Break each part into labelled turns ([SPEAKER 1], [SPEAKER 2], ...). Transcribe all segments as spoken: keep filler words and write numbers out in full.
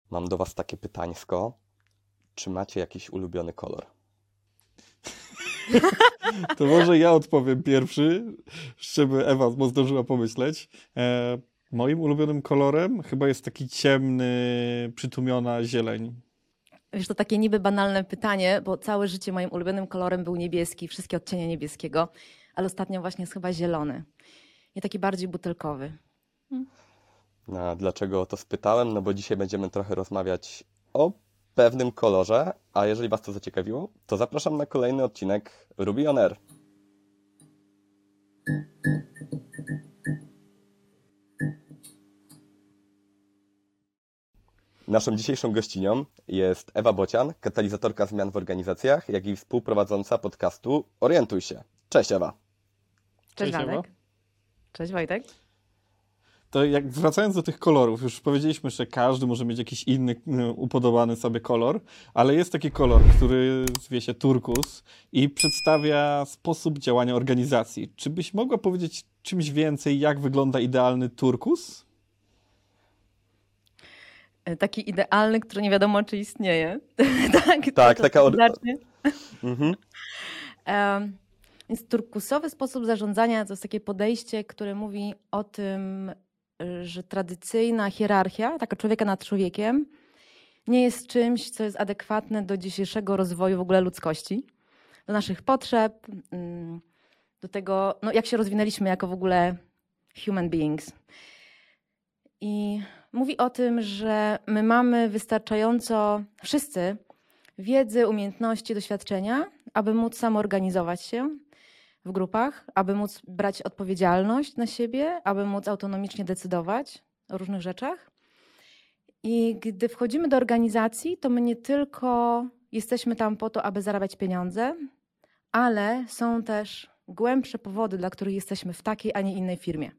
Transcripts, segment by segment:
[SPEAKER 1] Mam do was takie pytańsko. Czy macie jakiś ulubiony kolor?
[SPEAKER 2] To może ja odpowiem pierwszy, żeby Ewa zdążyła pomyśleć. E, moim ulubionym kolorem chyba jest taki ciemny, przytłumiona zieleń.
[SPEAKER 3] Wiesz, to takie niby banalne pytanie, bo całe życie moim ulubionym kolorem był niebieski, wszystkie odcienie niebieskiego, ale ostatnio właśnie jest chyba zielony. I taki bardziej butelkowy.
[SPEAKER 1] A dlaczego o to spytałem? No bo dzisiaj będziemy trochę rozmawiać o pewnym kolorze, a jeżeli was to zaciekawiło, to zapraszam na kolejny odcinek Ruby on Air. Naszą dzisiejszą gościnią jest Ewa Bocian, katalizatorka zmian w organizacjach, jak i współprowadząca podcastu Orientuj się. Cześć Ewa.
[SPEAKER 3] Cześć,
[SPEAKER 2] Cześć,
[SPEAKER 3] Waldek.
[SPEAKER 2] Ewa.
[SPEAKER 3] Cześć Wojtek.
[SPEAKER 2] To jak wracając do tych kolorów, już powiedzieliśmy, że każdy może mieć jakiś inny no, upodobany sobie kolor, ale jest taki kolor, który zwie się turkus i przedstawia sposób działania organizacji. Czy byś mogła powiedzieć czymś więcej, jak wygląda idealny turkus?
[SPEAKER 3] Taki idealny, który nie wiadomo, czy istnieje. tak,
[SPEAKER 1] Tak,
[SPEAKER 3] to
[SPEAKER 1] taka... Od...
[SPEAKER 3] znaczy.
[SPEAKER 1] Mhm.
[SPEAKER 3] Um, więc turkusowy sposób zarządzania to jest takie podejście, które mówi o tym, że tradycyjna hierarchia, taka człowieka nad człowiekiem, nie jest czymś, co jest adekwatne do dzisiejszego rozwoju w ogóle ludzkości, do naszych potrzeb, do tego, no jak się rozwinęliśmy jako w ogóle human beings. I mówi o tym, że my mamy wystarczająco wszyscy wiedzy, umiejętności, doświadczenia, aby móc samoorganizować się w grupach, aby móc brać odpowiedzialność na siebie, aby móc autonomicznie decydować o różnych rzeczach. I gdy wchodzimy do organizacji, to my nie tylko jesteśmy tam po to, aby zarabiać pieniądze, ale są też głębsze powody, dla których jesteśmy w takiej, a nie innej firmie.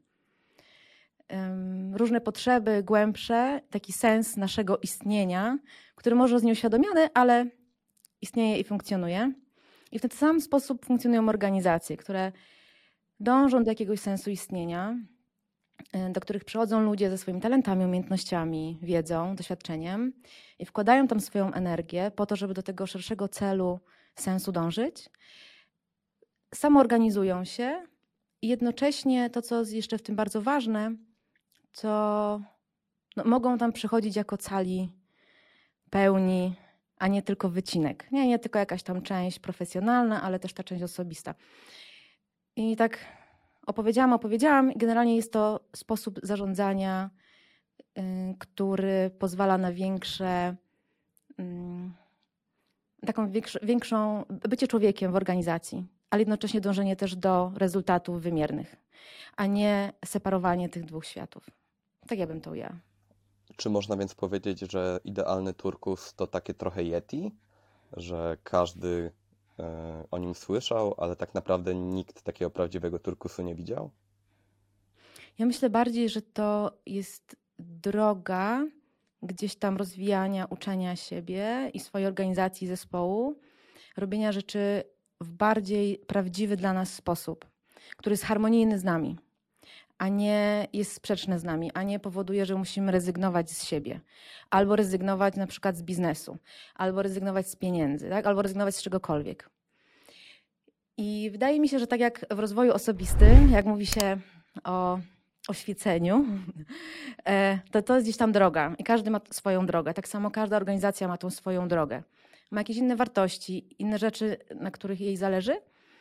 [SPEAKER 3] Różne potrzeby głębsze, taki sens naszego istnienia, który może jest nieuświadomiony, ale istnieje i funkcjonuje. I w ten sam sposób funkcjonują organizacje, które dążą do jakiegoś sensu istnienia, do których przychodzą ludzie ze swoimi talentami, umiejętnościami, wiedzą, doświadczeniem i wkładają tam swoją energię po to, żeby do tego szerszego celu, sensu dążyć. Samoorganizują się i jednocześnie to, co jest jeszcze w tym bardzo ważne, to no, mogą tam przychodzić jako cali pełni, a nie tylko wycinek. Nie, nie tylko jakaś tam część profesjonalna, ale też ta część osobista. I tak opowiedziałam, opowiedziałam. Generalnie jest to sposób zarządzania, y, który pozwala na większe, y, taką większą, większą bycie człowiekiem w organizacji, ale jednocześnie dążenie też do rezultatów wymiernych, a nie separowanie tych dwóch światów. Tak ja bym to ujęła.
[SPEAKER 1] Czy można więc powiedzieć, że idealny turkus to takie trochę Yeti, że każdy e, o nim słyszał, ale tak naprawdę nikt takiego prawdziwego turkusu nie widział?
[SPEAKER 3] Ja myślę bardziej, że to jest droga gdzieś tam rozwijania, uczenia siebie i swojej organizacji, zespołu, robienia rzeczy w bardziej prawdziwy dla nas sposób, który jest harmonijny z nami, a nie jest sprzeczny z nami, a nie powoduje, że musimy rezygnować z siebie, albo rezygnować na przykład z biznesu, albo rezygnować z pieniędzy, tak? Albo rezygnować z czegokolwiek. I wydaje mi się, że tak jak w rozwoju osobistym, jak mówi się o oświeceniu, to to jest gdzieś tam droga i każdy ma swoją drogę. Tak samo każda organizacja ma tą swoją drogę. Ma jakieś inne wartości, inne rzeczy, na których jej zależy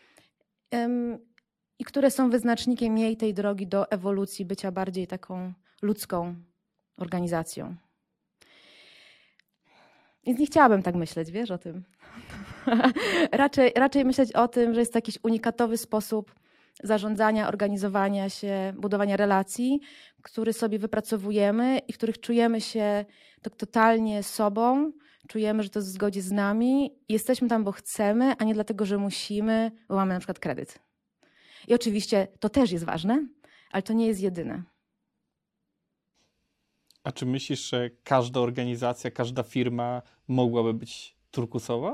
[SPEAKER 3] i które są wyznacznikiem jej tej drogi do ewolucji, bycia bardziej taką ludzką organizacją. Więc nie chciałabym tak myśleć, wiesz, o tym. raczej, raczej myśleć o tym, że jest to jakiś unikatowy sposób zarządzania, organizowania się, budowania relacji, który sobie wypracowujemy i w których czujemy się tak totalnie sobą, czujemy, że to jest w zgodzie z nami. Jesteśmy tam, bo chcemy, a nie dlatego, że musimy, bo mamy na przykład kredyt. I oczywiście to też jest ważne, ale to nie jest jedyne.
[SPEAKER 2] A czy myślisz, że każda organizacja, każda firma mogłaby być turkusowa?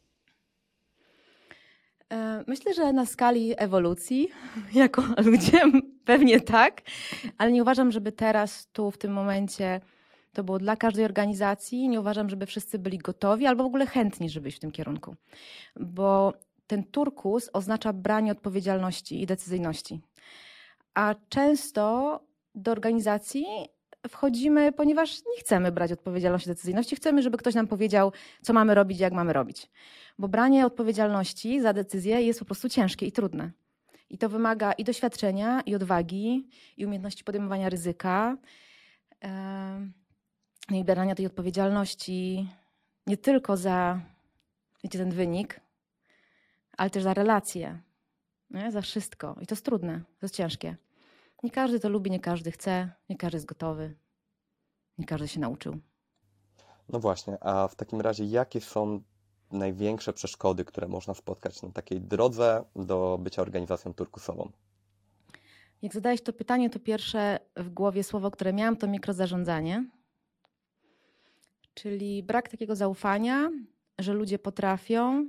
[SPEAKER 3] Myślę, że na skali ewolucji, jako ludzie, pewnie tak, ale nie uważam, żeby teraz, tu, w tym momencie To było dla każdej organizacji. Nie uważam, żeby wszyscy byli gotowi albo w ogóle chętni, żeby iść w tym kierunku. Bo ten turkus oznacza branie odpowiedzialności i decyzyjności. A często do organizacji wchodzimy, ponieważ nie chcemy brać odpowiedzialności i decyzyjności. Chcemy, żeby ktoś nam powiedział, co mamy robić, jak mamy robić. Bo branie odpowiedzialności za decyzję jest po prostu ciężkie i trudne. I to wymaga i doświadczenia, i odwagi, i umiejętności podejmowania ryzyka, yy, i brania tej odpowiedzialności nie tylko za, wiecie, ten wynik, ale też za relacje, nie? Za wszystko. I to jest trudne, to jest ciężkie. Nie każdy to lubi, nie każdy chce, nie każdy jest gotowy, nie każdy się nauczył.
[SPEAKER 1] No właśnie, a w takim razie jakie są największe przeszkody, które można spotkać na takiej drodze do bycia organizacją turkusową?
[SPEAKER 3] Jak zadałeś to pytanie, to pierwsze w głowie słowo, które miałam, to mikrozarządzanie. Czyli brak takiego zaufania, że ludzie potrafią,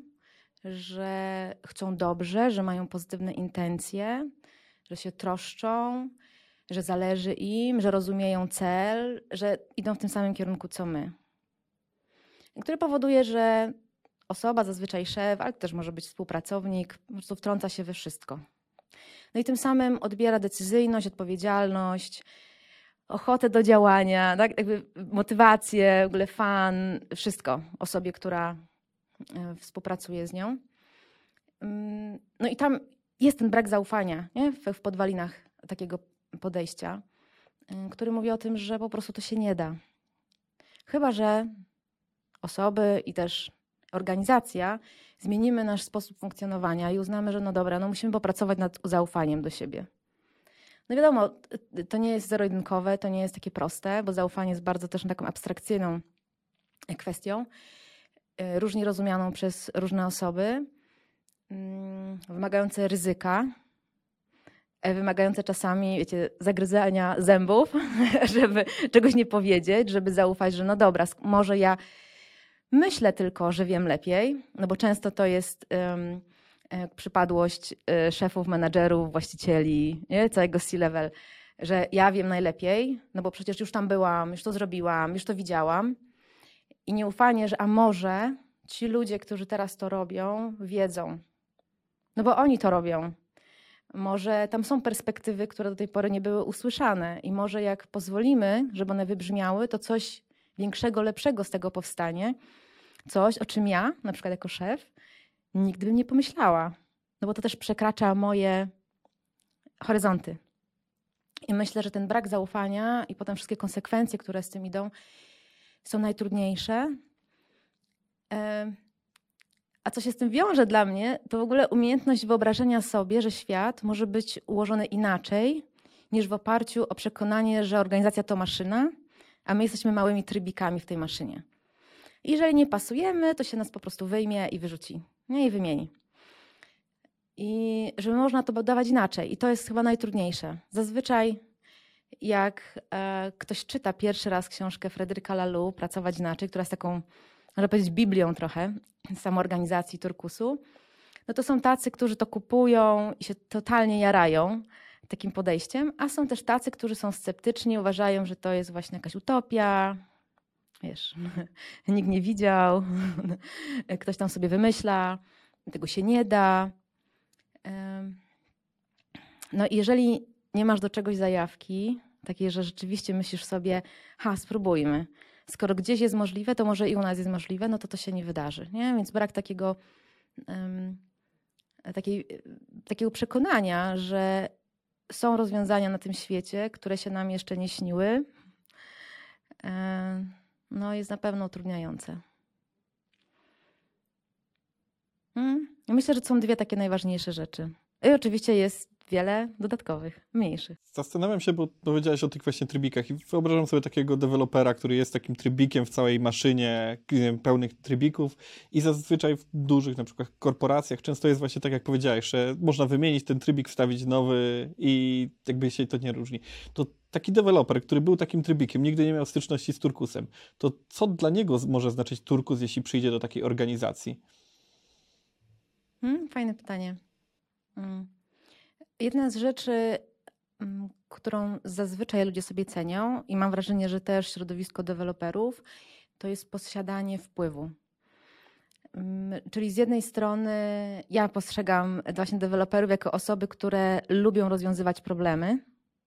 [SPEAKER 3] że chcą dobrze, że mają pozytywne intencje, że się troszczą, że zależy im, że rozumieją cel, że idą w tym samym kierunku co my. Który powoduje, że osoba, zazwyczaj szef, ale też może być współpracownik, po prostu wtrąca się we wszystko. No i tym samym odbiera decyzyjność, odpowiedzialność, ochotę do działania, tak? Jakby motywację, w ogóle fan, wszystko osobie, która współpracuje z nią. No i tam jest ten brak zaufania, nie? W, w podwalinach takiego podejścia, który mówi o tym, że po prostu to się nie da. Chyba że osoby i też organizacja zmienimy nasz sposób funkcjonowania i uznamy, że no dobra, no musimy popracować nad zaufaniem do siebie. No wiadomo, to nie jest zero-jedynkowe, to nie jest takie proste, bo zaufanie jest bardzo też taką abstrakcyjną kwestią, różnie rozumianą przez różne osoby, wymagające ryzyka, wymagające czasami, wiecie, zagryzania zębów, żeby czegoś nie powiedzieć, żeby zaufać, że no dobra, może ja myślę tylko, że wiem lepiej, no bo często to jest um, przypadłość y, szefów, menadżerów, właścicieli, nie? Całego C-level, że ja wiem najlepiej, no bo przecież już tam byłam, już to zrobiłam, już to widziałam. I nieufanie, że a może ci ludzie, którzy teraz to robią, wiedzą. No bo oni to robią. Może tam są perspektywy, które do tej pory nie były usłyszane i może jak pozwolimy, żeby one wybrzmiały, to coś większego, lepszego z tego powstanie. Coś, o czym ja, na przykład jako szef, nigdy bym nie pomyślała. No bo to też przekracza moje horyzonty. I myślę, że ten brak zaufania i potem wszystkie konsekwencje, które z tym idą, są najtrudniejsze. A co się z tym wiąże dla mnie, to w ogóle umiejętność wyobrażenia sobie, że świat może być ułożony inaczej niż w oparciu o przekonanie, że organizacja to maszyna, a my jesteśmy małymi trybikami w tej maszynie. I jeżeli nie pasujemy, to się nas po prostu wyjmie i wyrzuci, nie? I wymieni. I żeby można to budować inaczej. I to jest chyba najtrudniejsze. Zazwyczaj jak e, ktoś czyta pierwszy raz książkę Fryderyka Laloux, Pracować inaczej, która jest taką, można powiedzieć, biblią trochę samoorganizacji turkusu, no to są tacy, którzy to kupują i się totalnie jarają takim podejściem, a są też tacy, którzy są sceptyczni, uważają, że to jest właśnie jakaś utopia, wiesz, nikt nie widział, ktoś tam sobie wymyśla, tego się nie da. No i jeżeli nie masz do czegoś zajawki, takiej, że rzeczywiście myślisz sobie, ha, spróbujmy. Skoro gdzieś jest możliwe, to może i u nas jest możliwe, no to to się nie wydarzy. Nie? Więc brak takiego, um, takiej, takiego przekonania, że są rozwiązania na tym świecie, które się nam jeszcze nie śniły, um, no jest na pewno utrudniające. Hmm? Myślę, że to są dwie takie najważniejsze rzeczy. I oczywiście jest wiele dodatkowych, mniejszych.
[SPEAKER 2] Zastanawiam się, bo powiedziałeś o tych właśnie trybikach i wyobrażam sobie takiego dewelopera, który jest takim trybikiem w całej maszynie pełnych trybików i zazwyczaj w dużych na przykład korporacjach często jest właśnie tak, jak powiedziałeś, że można wymienić ten trybik, wstawić nowy i jakby się to nie różni. To taki deweloper, który był takim trybikiem, nigdy nie miał styczności z turkusem, to co dla niego może znaczyć turkus, jeśli przyjdzie do takiej organizacji?
[SPEAKER 3] Hmm, fajne pytanie. Hmm. Jedna z rzeczy, mm, którą zazwyczaj ludzie sobie cenią i mam wrażenie, że też środowisko deweloperów, to jest posiadanie wpływu. Mm, Czyli z jednej strony ja postrzegam właśnie deweloperów jako osoby, które lubią rozwiązywać problemy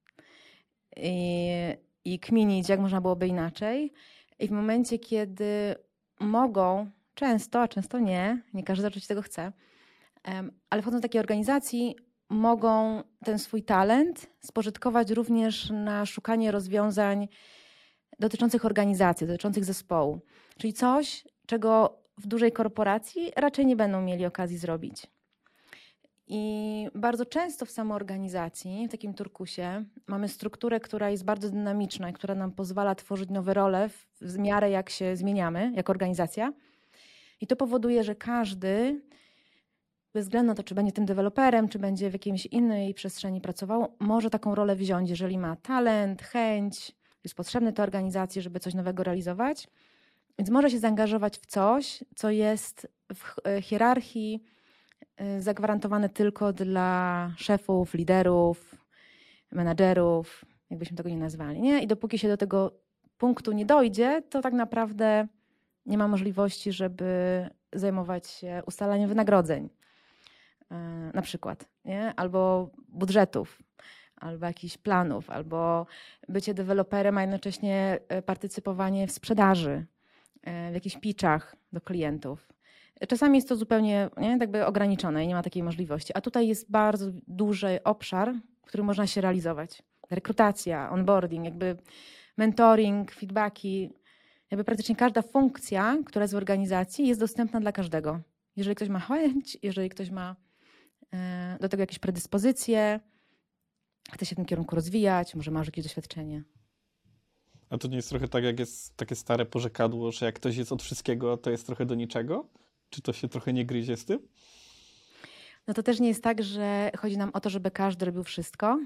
[SPEAKER 3] i, i kminić, jak można byłoby inaczej. I w momencie, kiedy mogą, często, a często nie, nie każdy oczywiście tego chce, em, ale wchodząc do takiej organizacji, mogą ten swój talent spożytkować również na szukanie rozwiązań dotyczących organizacji, dotyczących zespołu. Czyli coś, czego w dużej korporacji raczej nie będą mieli okazji zrobić. I bardzo często w samoorganizacji, w takim turkusie, mamy strukturę, która jest bardzo dynamiczna i która nam pozwala tworzyć nowe role w, w miarę jak się zmieniamy jako organizacja. I to powoduje, że każdy, bez względu na to, czy będzie tym deweloperem, czy będzie w jakiejś innej przestrzeni pracował, może taką rolę wziąć, jeżeli ma talent, chęć, jest potrzebny tej organizacji, żeby coś nowego realizować. Więc może się zaangażować w coś, co jest w hierarchii zagwarantowane tylko dla szefów, liderów, menadżerów, jakbyśmy tego nie nazwali. Nie? I dopóki się do tego punktu nie dojdzie, to tak naprawdę nie ma możliwości, żeby zajmować się ustalaniem wynagrodzeń, na przykład, nie? Albo budżetów, albo jakichś planów, albo bycie deweloperem, a jednocześnie partycypowanie w sprzedaży, w jakichś pitchach do klientów. Czasami jest to zupełnie nie, jakby ograniczone i nie ma takiej możliwości. A tutaj jest bardzo duży obszar, w którym można się realizować. Rekrutacja, onboarding, jakby mentoring, feedbacki. Jakby praktycznie każda funkcja, która jest w organizacji, jest dostępna dla każdego. Jeżeli ktoś ma chęć, jeżeli ktoś ma do tego jakieś predyspozycje, chce się w tym kierunku rozwijać, może ma już jakieś doświadczenie.
[SPEAKER 2] A to nie jest trochę tak, jak jest takie stare porzekadło, że jak ktoś jest od wszystkiego, to jest trochę do niczego? Czy to się trochę nie gryzie z tym?
[SPEAKER 3] No to też nie jest tak, że chodzi nam o to, żeby każdy robił wszystko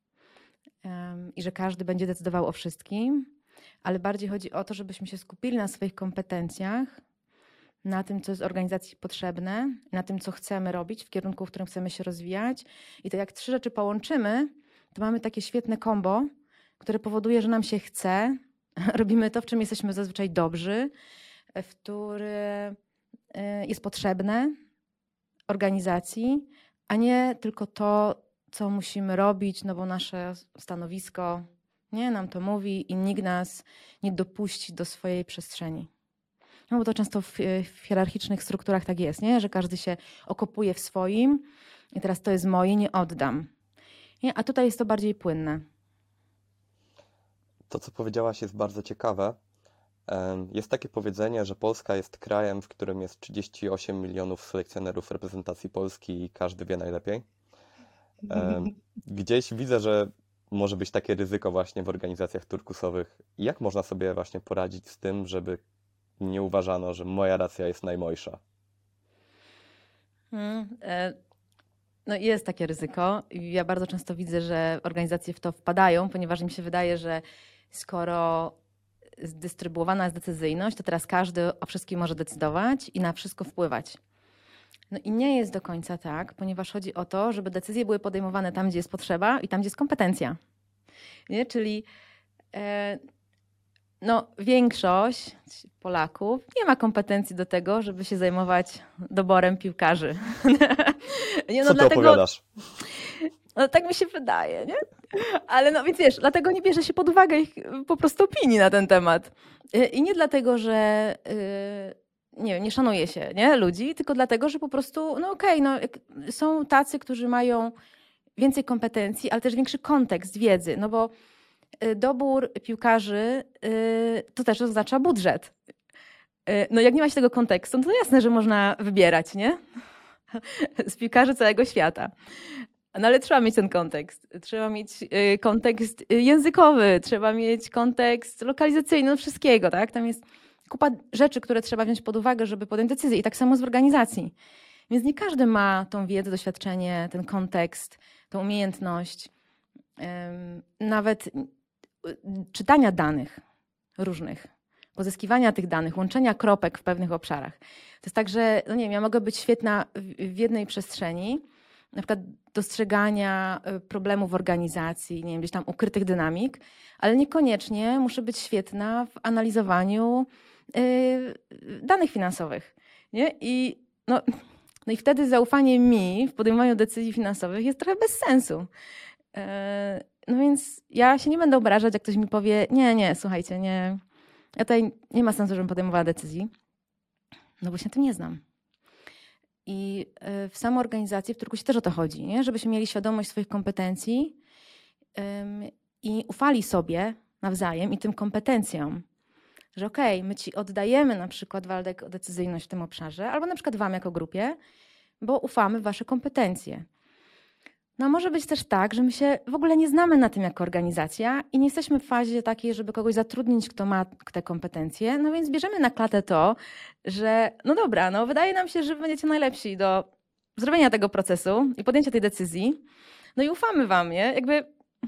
[SPEAKER 3] um, i że każdy będzie decydował o wszystkim, ale bardziej chodzi o to, żebyśmy się skupili na swoich kompetencjach, na tym, co jest organizacji potrzebne, na tym, co chcemy robić, w kierunku, w którym chcemy się rozwijać. I to jak trzy rzeczy połączymy, to mamy takie świetne kombo, które powoduje, że nam się chce, robimy to, w czym jesteśmy zazwyczaj dobrzy, w które jest potrzebne organizacji, a nie tylko to, co musimy robić, no bo nasze stanowisko nie nam to mówi i nikt nas nie dopuści do swojej przestrzeni. No bo to często w, w hierarchicznych strukturach tak jest, nie? Że każdy się okopuje w swoim i teraz to jest moje, nie oddam. Nie? A tutaj jest to bardziej płynne.
[SPEAKER 1] To, co powiedziałaś, jest bardzo ciekawe. Jest takie powiedzenie, że Polska jest krajem, w którym jest trzydzieści osiem milionów selekcjonerów reprezentacji Polski i każdy wie najlepiej. Gdzieś widzę, że może być takie ryzyko właśnie w organizacjach turkusowych. Jak można sobie właśnie poradzić z tym, żeby nie uważano, że moja racja jest najmojsza?
[SPEAKER 3] Hmm, e, no jest takie ryzyko. Ja bardzo często widzę, że organizacje w to wpadają, ponieważ im się wydaje, że skoro zdystrybuowana jest decyzyjność, to teraz każdy o wszystkim może decydować i na wszystko wpływać. No i nie jest do końca tak, ponieważ chodzi o to, żeby decyzje były podejmowane tam, gdzie jest potrzeba i tam, gdzie jest kompetencja. Nie? Czyli e, no, większość Polaków nie ma kompetencji do tego, żeby się zajmować doborem piłkarzy. Nie, no,
[SPEAKER 1] Co ty
[SPEAKER 3] dlatego,
[SPEAKER 1] opowiadasz?
[SPEAKER 3] No tak mi się wydaje, nie? Ale no więc wiesz, dlatego nie bierze się pod uwagę ich po prostu opinii na ten temat. I nie dlatego, że yy, nie wiem, nie szanuje się nie, ludzi, tylko dlatego, że po prostu, no okej, okay, no, są tacy, którzy mają więcej kompetencji, ale też większy kontekst wiedzy, no bo yy, dobór piłkarzy yy, to też oznacza budżet. Yy, no jak nie ma się tego kontekstu, no to jasne, że można wybierać, nie? Z piłkarzy całego świata. No ale trzeba mieć ten kontekst. Trzeba mieć y, kontekst językowy, trzeba mieć kontekst lokalizacyjny, no wszystkiego, tak? Tam jest kupa rzeczy, które trzeba wziąć pod uwagę, żeby podjąć decyzję. I tak samo z organizacji. Więc nie każdy ma tą wiedzę, doświadczenie, ten kontekst, tą umiejętność, ym, nawet y, czytania danych różnych, pozyskiwania tych danych, łączenia kropek w pewnych obszarach. To jest tak, że no nie wiem, ja mogę być świetna w, w jednej przestrzeni, na przykład dostrzegania y, problemów w organizacji, nie wiem, gdzieś tam ukrytych dynamik, ale niekoniecznie muszę być świetna w analizowaniu y, danych finansowych. Nie? I, no, no i wtedy zaufanie mi w podejmowaniu decyzji finansowych jest trochę bez sensu. Y, no więc ja się nie będę obrażać, jak ktoś mi powie, nie, nie, słuchajcie, nie, ja tutaj nie ma sensu, żebym podejmowała decyzji, no bo się na tym nie znam. I w samoorganizacji, w Turkusie też o to chodzi, nie? Żebyśmy mieli świadomość swoich kompetencji ym, i ufali sobie nawzajem i tym kompetencjom. Że okej, okay, my ci oddajemy na przykład, Waldek, decyzyjność w tym obszarze, albo na przykład wam jako grupie, bo ufamy w wasze kompetencje. No może być też tak, że my się w ogóle nie znamy na tym jako organizacja i nie jesteśmy w fazie takiej, żeby kogoś zatrudnić, kto ma te kompetencje, no więc bierzemy na klatę to, że no dobra, no wydaje nam się, że wy będziecie najlepsi do zrobienia tego procesu i podjęcia tej decyzji, no i ufamy wam, nie? Jakby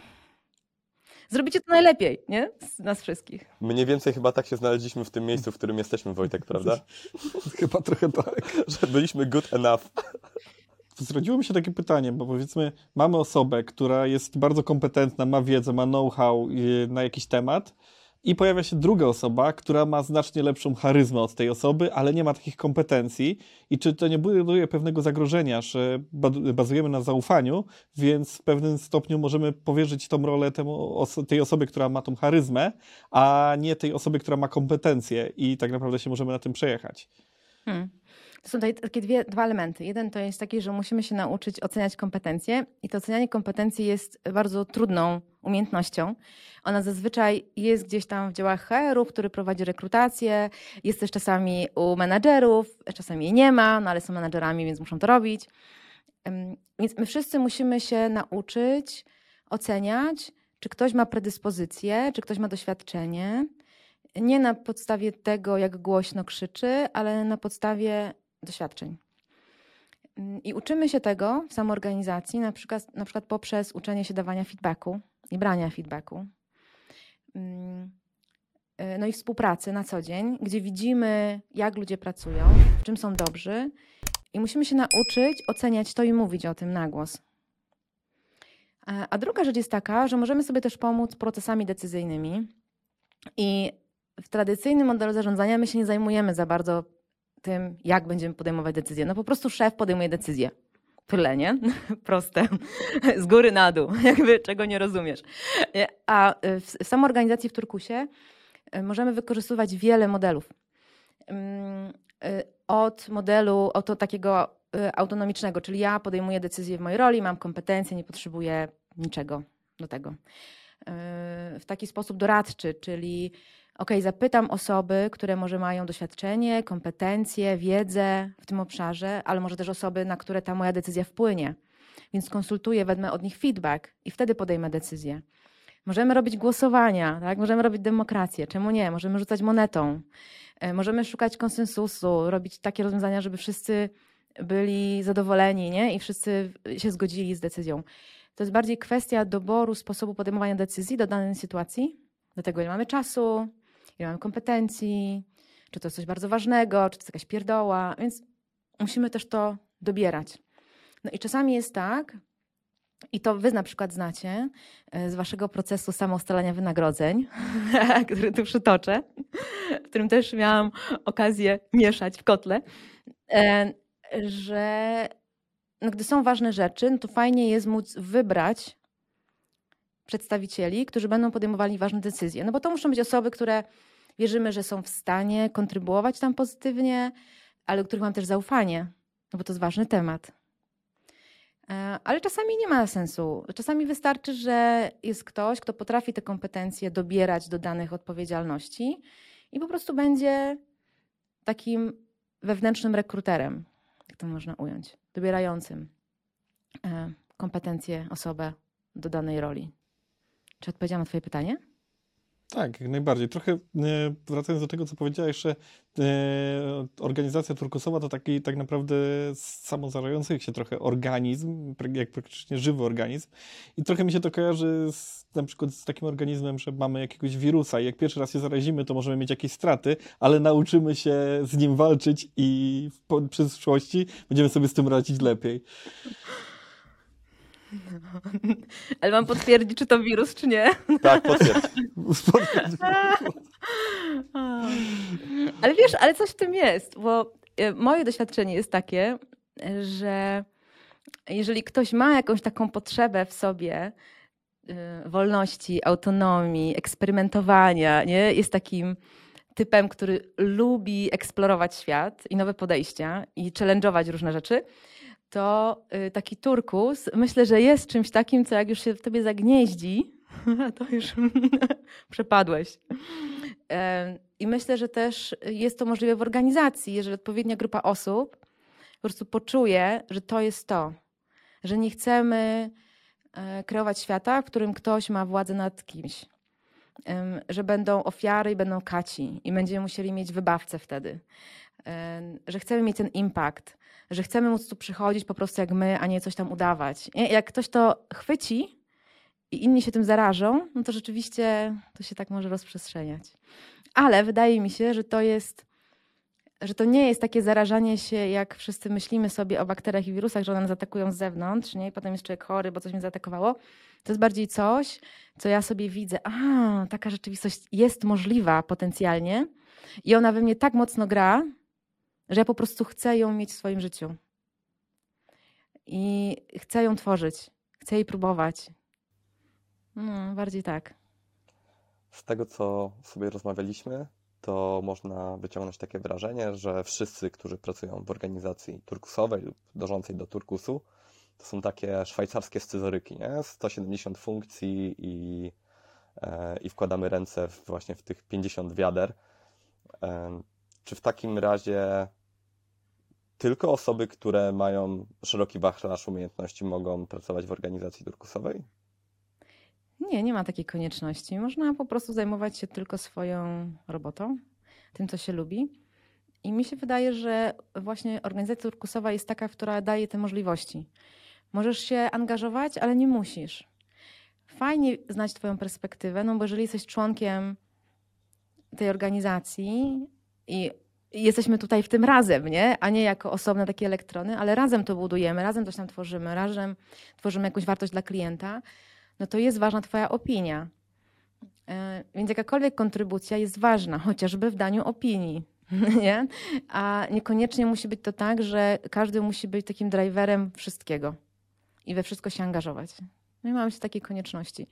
[SPEAKER 3] zrobicie to najlepiej, nie? Z nas wszystkich.
[SPEAKER 1] Mniej więcej chyba tak się znaleźliśmy w tym miejscu, w którym jesteśmy, Wojtek, prawda?
[SPEAKER 2] Chyba trochę tak.
[SPEAKER 1] Że byliśmy good enough.
[SPEAKER 2] Zrodziło mi się takie pytanie, bo powiedzmy, mamy osobę, która jest bardzo kompetentna, ma wiedzę, ma know-how na jakiś temat i pojawia się druga osoba, która ma znacznie lepszą charyzmę od tej osoby, ale nie ma takich kompetencji. I czy to nie buduje pewnego zagrożenia, że bazujemy na zaufaniu, więc w pewnym stopniu możemy powierzyć tą rolę temu, oso- tej osobie, która ma tą charyzmę, a nie tej osobie, która ma kompetencje i tak naprawdę się możemy na tym przejechać.
[SPEAKER 3] Hmm. To są tutaj takie dwie, dwa elementy. Jeden to jest taki, że musimy się nauczyć oceniać kompetencje i to ocenianie kompetencji jest bardzo trudną umiejętnością. Ona zazwyczaj jest gdzieś tam w działach H R-u, który prowadzi rekrutację, jest też czasami u menadżerów, czasami jej nie ma, no ale są menadżerami, więc muszą to robić. Więc my wszyscy musimy się nauczyć oceniać, czy ktoś ma predyspozycję, czy ktoś ma doświadczenie, nie na podstawie tego, jak głośno krzyczy, ale na podstawie doświadczeń. I uczymy się tego w samoorganizacji, na przykład, na przykład poprzez uczenie się dawania feedbacku i brania feedbacku. No i współpracy na co dzień, gdzie widzimy, jak ludzie pracują, w czym są dobrzy i musimy się nauczyć oceniać to i mówić o tym na głos. A druga rzecz jest taka, że możemy sobie też pomóc procesami decyzyjnymi i w tradycyjnym modelu zarządzania my się nie zajmujemy za bardzo tym, jak będziemy podejmować decyzje. No po prostu szef podejmuje decyzję. Tyle, nie? Proste. Z góry na dół. Jakby czego nie rozumiesz. A w samoorganizacji w Turkusie możemy wykorzystywać wiele modelów. Od modelu od takiego autonomicznego, czyli ja podejmuję decyzję w mojej roli, mam kompetencje, nie potrzebuję niczego do tego. W taki sposób doradczy, czyli ok, zapytam osoby, które może mają doświadczenie, kompetencje, wiedzę w tym obszarze, ale może też osoby, na które ta moja decyzja wpłynie. Więc konsultuję, wezmę od nich feedback i wtedy podejmę decyzję. Możemy robić głosowania, tak? Możemy robić demokrację, czemu nie? Możemy rzucać monetą, możemy szukać konsensusu, robić takie rozwiązania, żeby wszyscy byli zadowoleni, nie? I wszyscy się zgodzili z decyzją. To jest bardziej kwestia doboru sposobu podejmowania decyzji do danej sytuacji, do tego, ile mamy czasu, ile mamy kompetencji, czy to jest coś bardzo ważnego, czy to jest jakaś pierdoła, więc musimy też to dobierać. No i czasami jest tak, i to wy na przykład znacie z waszego procesu samoustalania wynagrodzeń, który tu przytoczę, w którym też miałam okazję mieszać w kotle, że no gdy są ważne rzeczy, no to fajnie jest móc wybrać przedstawicieli, którzy będą podejmowali ważne decyzje. No bo to muszą być osoby, które wierzymy, że są w stanie kontrybuować tam pozytywnie, ale u których mam też zaufanie, no bo to jest ważny temat. Ale czasami nie ma sensu. Czasami wystarczy, że jest ktoś, kto potrafi te kompetencje dobierać do danych odpowiedzialności i po prostu będzie takim wewnętrznym rekruterem, jak to można ująć, dobierającym kompetencje osobę do danej roli. Czy odpowiedziałam na twoje pytanie?
[SPEAKER 2] Tak, jak najbardziej. Trochę wracając do tego, co powiedziałeś, że organizacja turkusowa to taki tak naprawdę samozażający się trochę organizm, jak praktycznie żywy organizm. I trochę mi się to kojarzy z, na przykład z takim organizmem, że mamy jakiegoś wirusa i jak pierwszy raz się zarazimy, to możemy mieć jakieś straty, ale nauczymy się z nim walczyć i w przyszłości będziemy sobie z tym radzić lepiej.
[SPEAKER 3] Ale mam potwierdzić, czy to wirus, czy nie.
[SPEAKER 1] Tak, potwierdź.
[SPEAKER 3] Ale wiesz, ale coś w tym jest, bo e, moje doświadczenie jest takie, że jeżeli ktoś ma jakąś taką potrzebę w sobie e, wolności, autonomii, eksperymentowania, nie? Jest takim typem, który lubi eksplorować świat i nowe podejścia i challenge'ować różne rzeczy, to y, taki turkus myślę, że jest czymś takim, co jak już się w tobie zagnieździ, to już przepadłeś. Em, I myślę, że też jest to możliwe w organizacji, jeżeli odpowiednia grupa osób po prostu poczuje, że to jest to, że nie chcemy e, kreować świata, w którym ktoś ma władzę nad kimś, Em, że będą ofiary i będą kaci i będziemy musieli mieć wybawcę wtedy, Em, że chcemy mieć ten impact, że chcemy móc tu przychodzić po prostu jak my, a nie coś tam udawać. Nie? Jak ktoś to chwyci i inni się tym zarażą, no to rzeczywiście to się tak może rozprzestrzeniać. Ale wydaje mi się, że to jest, że to nie jest takie zarażanie się, jak wszyscy myślimy sobie o bakteriach i wirusach, że one nas atakują z zewnątrz, nie? I potem jest człowiek chory, bo coś mnie zaatakowało. To jest bardziej coś, co ja sobie widzę, a taka rzeczywistość jest możliwa potencjalnie i ona we mnie tak mocno gra, że ja po prostu chcę ją mieć w swoim życiu. I chcę ją tworzyć, chcę jej próbować. No, bardziej tak.
[SPEAKER 1] Z tego, co sobie rozmawialiśmy, to można wyciągnąć takie wrażenie, że wszyscy, którzy pracują w organizacji turkusowej lub dążącej do turkusu, to są takie szwajcarskie scyzoryki, nie? sto siedemdziesiąt funkcji i, e, i wkładamy ręce w, właśnie w tych pięćdziesiąt wiader. E, czy w takim razie tylko osoby, które mają szeroki wachlarz umiejętności, mogą pracować w organizacji turkusowej?
[SPEAKER 3] Nie, nie ma takiej konieczności. Można po prostu zajmować się tylko swoją robotą, tym, co się lubi. I mi się wydaje, że właśnie organizacja turkusowa jest taka, która daje te możliwości. Możesz się angażować, ale nie musisz. Fajnie znać twoją perspektywę, no bo jeżeli jesteś członkiem tej organizacji i jesteśmy tutaj w tym razem, nie? A nie jako osobne takie elektrony, ale razem to budujemy, razem coś tam tworzymy, razem tworzymy jakąś wartość dla klienta, no to jest ważna twoja opinia. Yy, Więc jakakolwiek kontrybucja jest ważna, chociażby w daniu opinii. Nie? A niekoniecznie musi być to tak, że każdy musi być takim driverem wszystkiego i we wszystko się angażować. No i mamy się takiej konieczności.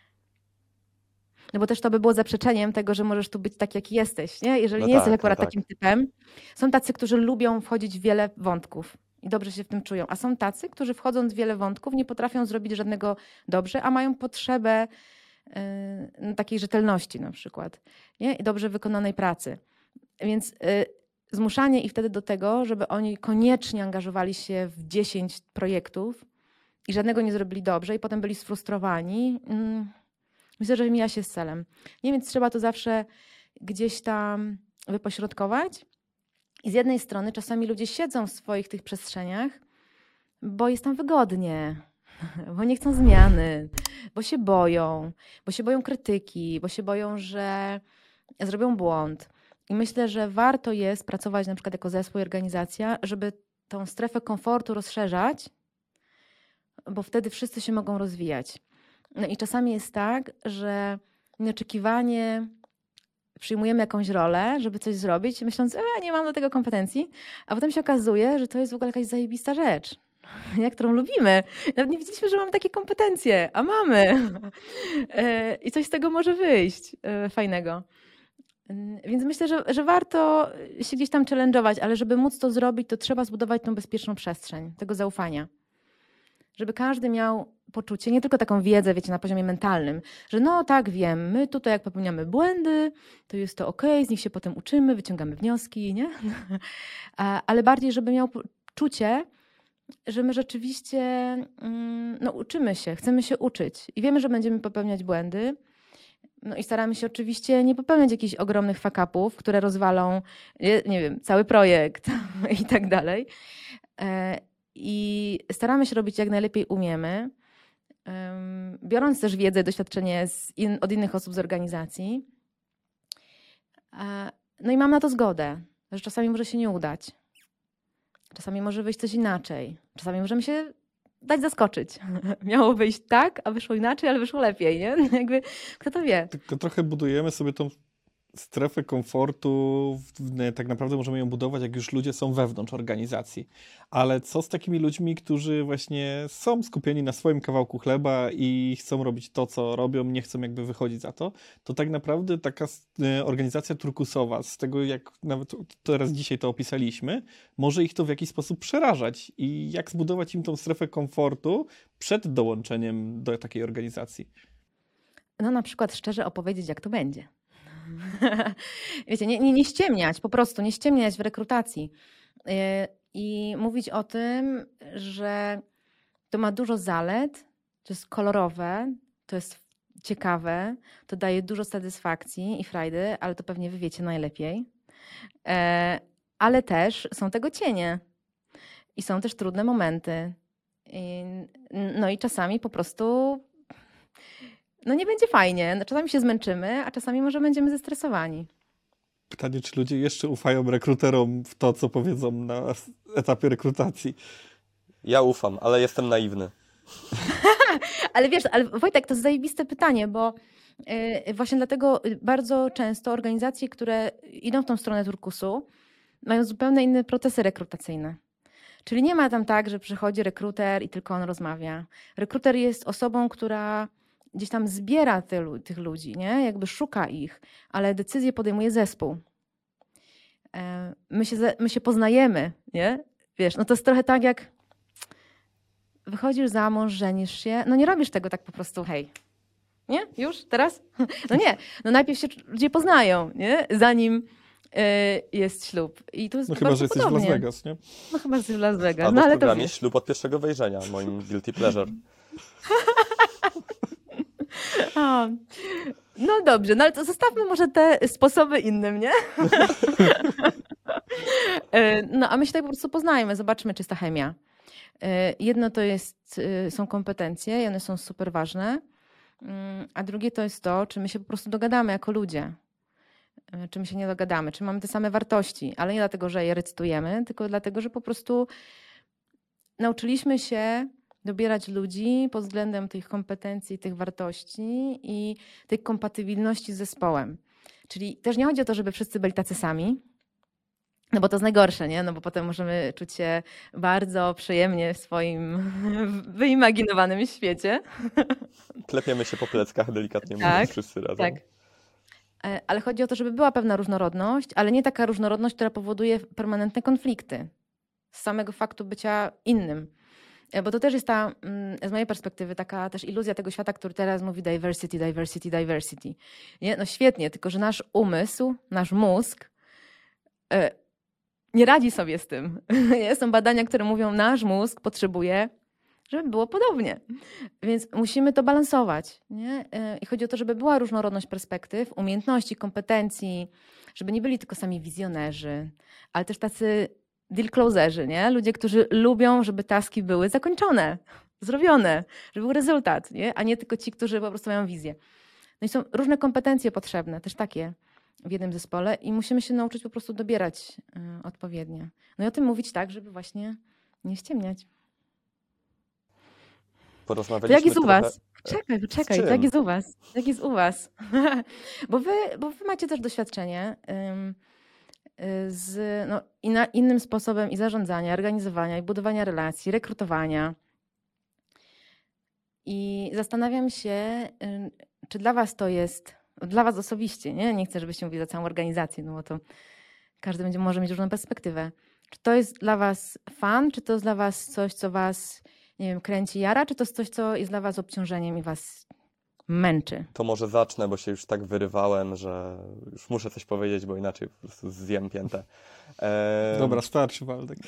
[SPEAKER 3] No bo też to by było zaprzeczeniem tego, że możesz tu być tak, jak jesteś. Nie? Jeżeli
[SPEAKER 1] No
[SPEAKER 3] nie
[SPEAKER 1] tak,
[SPEAKER 3] jesteś akurat
[SPEAKER 1] no tak.
[SPEAKER 3] takim typem. Są tacy, którzy lubią wchodzić w wiele wątków i dobrze się w tym czują. A są tacy, którzy wchodząc w wiele wątków nie potrafią zrobić żadnego dobrze, a mają potrzebę yy, takiej rzetelności na przykład. Nie? I dobrze wykonanej pracy. Więc y, zmuszanie ich wtedy do tego, żeby oni koniecznie angażowali się w dziesięć projektów i żadnego nie zrobili dobrze i potem byli sfrustrowani, mm, myślę, że mija się z celem. Nie, więc trzeba to zawsze gdzieś tam wypośrodkować. I z jednej strony czasami ludzie siedzą w swoich tych przestrzeniach, bo jest tam wygodnie, bo nie chcą zmiany, bo się boją, bo się boją krytyki, bo się boją, że zrobią błąd. I myślę, że warto jest pracować na przykład jako zespół i organizacja, żeby tą strefę komfortu rozszerzać, bo wtedy wszyscy się mogą rozwijać. No i czasami jest tak, że nieoczekiwanie przyjmujemy jakąś rolę, żeby coś zrobić, myśląc, e, nie mam do tego kompetencji, a potem się okazuje, że to jest w ogóle jakaś zajebista rzecz, jak którą lubimy. Nawet nie wiedzieliśmy, że mamy takie kompetencje, a mamy. I coś z tego może wyjść fajnego. Więc myślę, że, że warto się gdzieś tam challenge'ować, ale żeby móc to zrobić, to trzeba zbudować tą bezpieczną przestrzeń, tego zaufania. Żeby każdy miał poczucie, nie tylko taką wiedzę, wiecie, na poziomie mentalnym, że no tak, wiem, my tutaj jak popełniamy błędy, to jest to okej, z nich się potem uczymy, wyciągamy wnioski, nie? Ale bardziej, żeby miał poczucie, że my rzeczywiście no, uczymy się, chcemy się uczyć i wiemy, że będziemy popełniać błędy. No i staramy się oczywiście nie popełniać jakichś ogromnych fuck-upów, które rozwalą, nie, nie wiem, cały projekt i tak dalej. I staramy się robić jak najlepiej umiemy, biorąc też wiedzę, doświadczenie z in, od innych osób z organizacji. No i mam na to zgodę, że czasami może się nie udać. Czasami może wyjść coś inaczej. Czasami możemy się dać zaskoczyć. Miało wyjść tak, a wyszło inaczej, ale wyszło lepiej, nie? Jakby, kto to wie?
[SPEAKER 2] Tylko trochę budujemy sobie tą strefę komfortu, w- tak naprawdę możemy ją budować, jak już ludzie są wewnątrz organizacji. Ale co z takimi ludźmi, którzy właśnie są skupieni na swoim kawałku chleba i chcą robić to, co robią, nie chcą jakby wychodzić za to, to tak naprawdę taka s- e, organizacja turkusowa, z tego jak nawet teraz dzisiaj to opisaliśmy, może ich to w jakiś sposób przerażać i jak zbudować im tą strefę komfortu przed dołączeniem do takiej organizacji.
[SPEAKER 3] No na przykład szczerze opowiedzieć, jak to będzie. Wiecie, nie, nie, nie ściemniać, po prostu nie ściemniać w rekrutacji. Yy, I mówić o tym, że to ma dużo zalet, to jest kolorowe, to jest ciekawe, to daje dużo satysfakcji i frajdy, ale to pewnie wy wiecie najlepiej. E, Ale też są tego cienie i są też trudne momenty. I, no i czasami po prostu no nie będzie fajnie. No, czasami się zmęczymy, a czasami może będziemy zestresowani.
[SPEAKER 2] Pytanie, czy ludzie jeszcze ufają rekruterom w to, co powiedzą na etapie rekrutacji?
[SPEAKER 1] Ja ufam, ale jestem naiwny.
[SPEAKER 3] Ale wiesz, ale Wojtek, to jest zajebiste pytanie, bo y, właśnie dlatego bardzo często organizacje, które idą w tą stronę turkusu, mają zupełnie inne procesy rekrutacyjne. Czyli nie ma tam tak, że przychodzi rekruter i tylko on rozmawia. Rekruter jest osobą, która gdzieś tam zbiera tylu, tych ludzi, nie? Jakby szuka ich, ale decyzję podejmuje zespół. E, My się, ze- my się poznajemy, nie? Wiesz, no to jest trochę tak jak wychodzisz za mąż, żenisz się, no nie robisz tego tak po prostu, hej. Nie? Już? Teraz? No nie. No najpierw się ludzie poznają, nie? Zanim e, jest ślub. I tu jest
[SPEAKER 2] No chyba,
[SPEAKER 3] bardzo
[SPEAKER 2] że jesteś w
[SPEAKER 3] podobnie.
[SPEAKER 2] Las Vegas, nie?
[SPEAKER 3] No chyba, że jesteś w Las Vegas.
[SPEAKER 1] Albo
[SPEAKER 3] No
[SPEAKER 1] w
[SPEAKER 3] ale to
[SPEAKER 1] programie
[SPEAKER 3] wiesz.
[SPEAKER 1] Ślub od pierwszego wejrzenia, moim guilty pleasure.
[SPEAKER 3] A, no dobrze, no ale to zostawmy może te sposoby innym, nie? E, No a my się tak po prostu poznajmy, zobaczmy, czy jest ta chemia. E, Jedno to jest, e, są kompetencje i one są super ważne, Mm, a drugie to jest to, czy my się po prostu dogadamy jako ludzie. E, Czy my się nie dogadamy, czy mamy te same wartości, ale nie dlatego, że je recytujemy, tylko dlatego, że po prostu nauczyliśmy się dobierać ludzi pod względem tych kompetencji, tych wartości i tej kompatybilności z zespołem. Czyli też nie chodzi o to, żeby wszyscy byli tacy sami, no bo to jest najgorsze, nie? No bo potem możemy czuć się bardzo przyjemnie w swoim wyimaginowanym świecie.
[SPEAKER 1] Klepiemy się po pleckach, delikatnie
[SPEAKER 3] Tak,
[SPEAKER 1] mówiąc, wszyscy razem.
[SPEAKER 3] tak. E, Ale chodzi o to, żeby była pewna różnorodność, ale nie taka różnorodność, która powoduje permanentne konflikty z samego faktu bycia innym. E, Bo to też jest ta, mm, z mojej perspektywy, taka też iluzja tego świata, który teraz mówi diversity, diversity, diversity. Nie? No świetnie, tylko że nasz umysł, nasz mózg e, nie radzi sobie z tym. Nie? Są badania, które mówią, nasz mózg potrzebuje, żeby było podobnie. Więc musimy to balansować. Nie? E, I chodzi o to, żeby była różnorodność perspektyw, umiejętności, kompetencji, żeby nie byli tylko sami wizjonerzy, ale też tacy deal closerzy, nie? Ludzie, którzy lubią, żeby taski były zakończone, zrobione, żeby był rezultat, nie? A nie tylko ci, którzy po prostu mają wizję. No i są różne kompetencje potrzebne, też takie w jednym zespole i musimy się nauczyć po prostu dobierać y, odpowiednio. No i o tym mówić tak, żeby właśnie nie ściemniać. To
[SPEAKER 1] Porozmawialiśmy
[SPEAKER 3] jak jest u
[SPEAKER 1] trochę...
[SPEAKER 3] was? Czekaj, poczekaj,
[SPEAKER 1] czym?
[SPEAKER 3] to jak jest u was? Jak jest u was? bo, wy, bo wy macie też doświadczenie ym, y, z no, inna, innym sposobem i zarządzania, organizowania, i budowania relacji, rekrutowania. I zastanawiam się, ym, czy dla was to jest, dla was osobiście, nie? Nie chcę, żebyście mówili za całą organizację, no bo to każdy będzie może mieć różną perspektywę. Czy to jest dla was fan, czy to jest dla was coś, co was, nie wiem, kręci, jara, czy to jest coś, co jest dla was obciążeniem i was męczy?
[SPEAKER 1] To może zacznę, bo się już tak wyrywałem, że już muszę coś powiedzieć, bo inaczej po prostu zjem piętę. Eee,
[SPEAKER 2] Dobra, starczy, Waldek.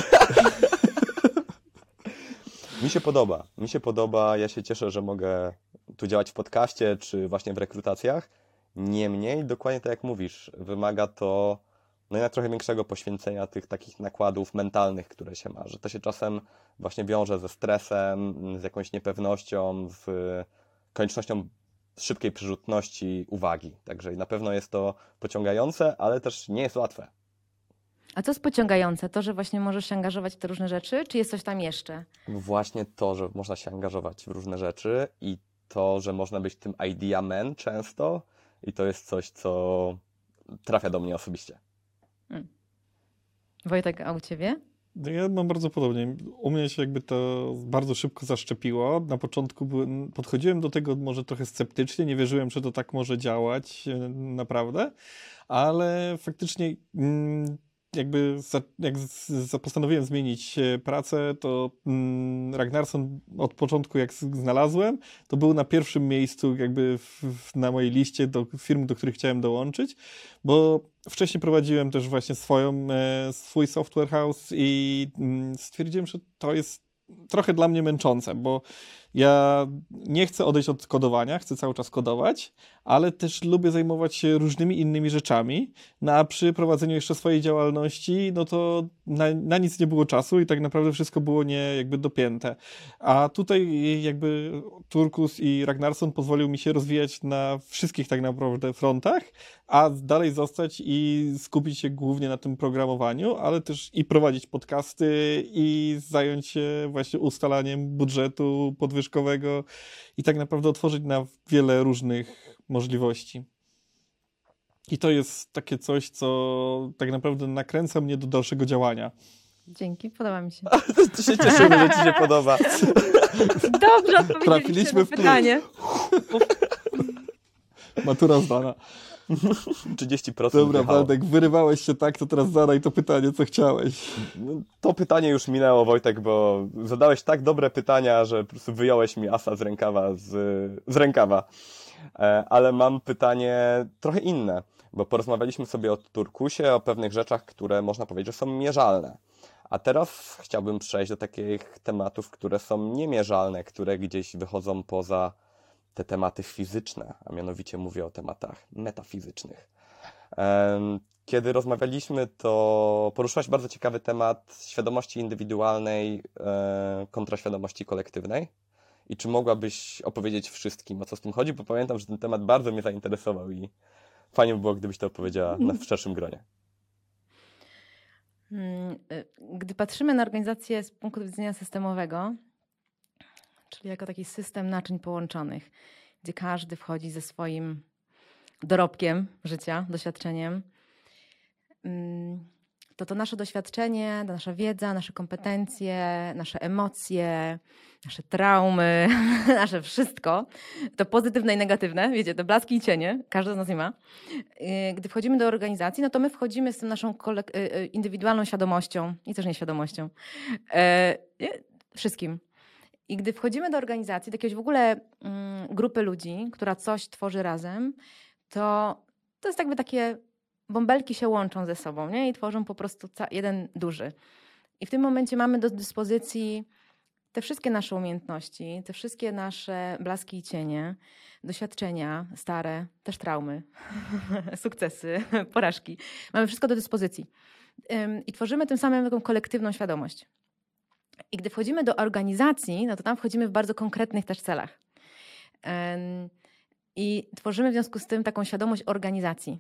[SPEAKER 1] Mi się podoba. Mi się podoba. Ja się cieszę, że mogę tu działać w podcaście, czy właśnie w rekrutacjach. Niemniej, dokładnie tak jak mówisz, wymaga to no jednak trochę większego poświęcenia tych takich nakładów mentalnych, które się ma, że to się czasem właśnie wiąże ze stresem, z jakąś niepewnością, z koniecznością szybkiej przyrzutności uwagi. Także na pewno jest to pociągające, ale też nie jest łatwe.
[SPEAKER 3] A co jest pociągające? To, że właśnie możesz się angażować w te różne rzeczy, czy jest coś tam jeszcze?
[SPEAKER 1] Właśnie to, że można się angażować w różne rzeczy i to, że można być tym idea man często i to jest coś, co trafia do mnie osobiście.
[SPEAKER 3] Hmm. Wojtek, a u ciebie?
[SPEAKER 2] No ja mam bardzo podobnie. U mnie się jakby to bardzo szybko zaszczepiło. Na początku byłem, podchodziłem do tego może trochę sceptycznie, nie wierzyłem, że to tak może działać e, naprawdę, ale faktycznie mm, jakby za, jak z, za postanowiłem zmienić e, pracę, to mm, Ragnarsson od początku jak z- znalazłem, to był na pierwszym miejscu jakby w, w, na mojej liście do firm, do których chciałem dołączyć, bo wcześniej prowadziłem też właśnie swoją, e, swój software house i mm, stwierdziłem, że to jest trochę dla mnie męczące, bo ja nie chcę odejść od kodowania, chcę cały czas kodować, ale też lubię zajmować się różnymi innymi rzeczami. No a przy prowadzeniu jeszcze swojej działalności, no to na, na nic nie było czasu i tak naprawdę wszystko było nie jakby dopięte. A tutaj jakby Turkus i Ragnarsson pozwolił mi się rozwijać na wszystkich tak naprawdę frontach, a dalej zostać i skupić się głównie na tym programowaniu, ale też i prowadzić podcasty i zająć się właśnie ustalaniem budżetu podwyżkowego i tak naprawdę otworzyć na wiele różnych możliwości. I to jest takie coś, co tak naprawdę nakręca mnie do dalszego działania.
[SPEAKER 3] Dzięki, podoba mi się.
[SPEAKER 1] To się cieszymy, że ci się podoba.
[SPEAKER 3] Dobrze odpowiedzieliście
[SPEAKER 2] Trafiliśmy
[SPEAKER 3] na
[SPEAKER 2] w plus.
[SPEAKER 3] pytanie.
[SPEAKER 2] Matura zdana.
[SPEAKER 1] trzydzieści procent
[SPEAKER 2] Dobra,
[SPEAKER 1] wjechało.
[SPEAKER 2] Waldek, wyrywałeś się tak, to teraz zadaj to pytanie, co chciałeś.
[SPEAKER 1] No, to pytanie już minęło, Wojtek, bo zadałeś tak dobre pytania, że po prostu wyjąłeś mi asa z rękawa. Z, z rękawa. E, ale mam pytanie trochę inne, bo porozmawialiśmy sobie o Turkusie, o pewnych rzeczach, które można powiedzieć, że są mierzalne. A teraz chciałbym przejść do takich tematów, które są niemierzalne, które gdzieś wychodzą poza te tematy fizyczne, a mianowicie mówię o tematach metafizycznych. Em, Kiedy rozmawialiśmy, to poruszyłaś bardzo ciekawy temat świadomości indywidualnej e, kontra świadomości kolektywnej. I czy mogłabyś opowiedzieć wszystkim, o co z tym chodzi? Bo pamiętam, że ten temat bardzo mnie zainteresował i fajnie by było, gdybyś to opowiedziała na, w szerszym gronie.
[SPEAKER 3] Mm, y, Gdy patrzymy na organizację z punktu widzenia systemowego, czyli jako taki system naczyń połączonych, gdzie każdy wchodzi ze swoim dorobkiem życia, doświadczeniem, mm, to to nasze doświadczenie, ta nasza wiedza, nasze kompetencje, nasze emocje, nasze traumy, nasze wszystko, to pozytywne i negatywne, wiecie, to blaski i cienie, każdy z nas je ma. Yy, Gdy wchodzimy do organizacji, no to my wchodzimy z tą naszą kolek- yy, yy, indywidualną świadomością i też nieświadomością. Yy, Wszystkim. I gdy wchodzimy do organizacji, do jakiejś w ogóle mm, grupy ludzi, która coś tworzy razem, to to jest jakby takie bąbelki się łączą ze sobą, nie? I tworzą po prostu ca- jeden duży. I w tym momencie mamy do dyspozycji te wszystkie nasze umiejętności, te wszystkie nasze blaski i cienie, doświadczenia stare, też traumy, sukcesy, porażki. Mamy wszystko do dyspozycji. Ym, I tworzymy tym samym taką kolektywną świadomość. I gdy wchodzimy do organizacji, no to tam wchodzimy w bardzo konkretnych też celach. Ym, I tworzymy w związku z tym taką świadomość organizacji.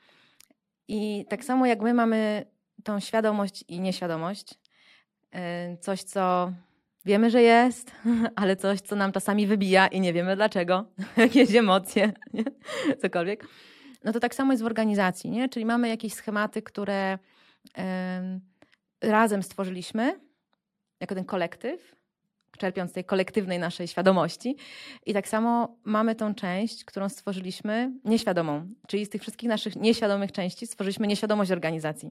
[SPEAKER 3] I tak samo jak my mamy tą świadomość i nieświadomość, ym, coś, co wiemy, że jest, ale coś, co nam czasami wybija i nie wiemy dlaczego, jakieś emocje, nie? Cokolwiek. No to tak samo jest w organizacji, nie? Czyli mamy jakieś schematy, które ym, razem stworzyliśmy, jako ten kolektyw, czerpiąc z tej kolektywnej naszej świadomości. I tak samo mamy tą część, którą stworzyliśmy nieświadomą. Czyli z tych wszystkich naszych nieświadomych części stworzyliśmy nieświadomość organizacji.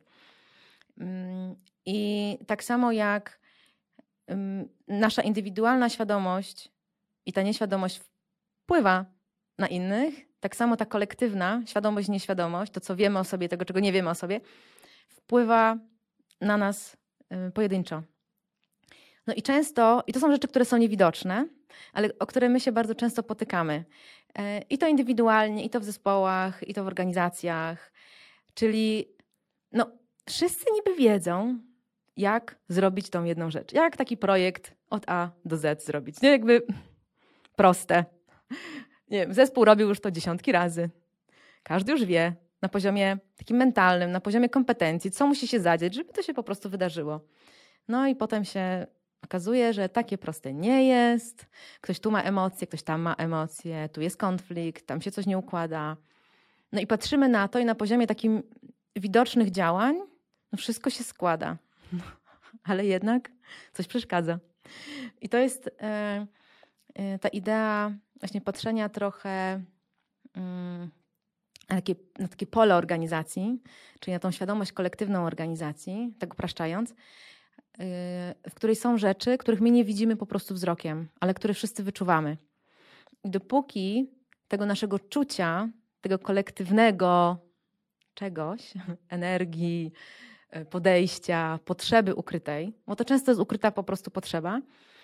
[SPEAKER 3] Ym, I tak samo jak ym, nasza indywidualna świadomość i ta nieświadomość wpływa na innych, tak samo ta kolektywna świadomość, nieświadomość, to co wiemy o sobie, tego czego nie wiemy o sobie, wpływa na nas y, pojedynczo. No i często, i to są rzeczy, które są niewidoczne, ale o które my się bardzo często potykamy. Y, I to indywidualnie, i to w zespołach, i to w organizacjach. Czyli no, wszyscy niby wiedzą, jak zrobić tą jedną rzecz. Jak taki projekt od A do Z zrobić. Nie, jakby proste. Nie wiem, zespół robił już to dziesiątki razy. Każdy już wie, na poziomie takim mentalnym, na poziomie kompetencji, co musi się zadziać, żeby to się po prostu wydarzyło. No i potem się okazuje, że takie proste nie jest. Ktoś tu ma emocje, ktoś tam ma emocje, tu jest konflikt, tam się coś nie układa. No i patrzymy na to i na poziomie takim widocznych działań, no wszystko się składa. Ale jednak coś przeszkadza. I to jest e, e, ta idea właśnie patrzenia trochę mm, na, takie, na takie pole organizacji, czyli na tą świadomość kolektywną organizacji, tak upraszczając, y, w której są rzeczy, których my nie widzimy po prostu wzrokiem, ale które wszyscy wyczuwamy. I dopóki tego naszego czucia, tego kolektywnego czegoś, energii, podejścia, potrzeby ukrytej, bo to często jest ukryta po prostu potrzeba,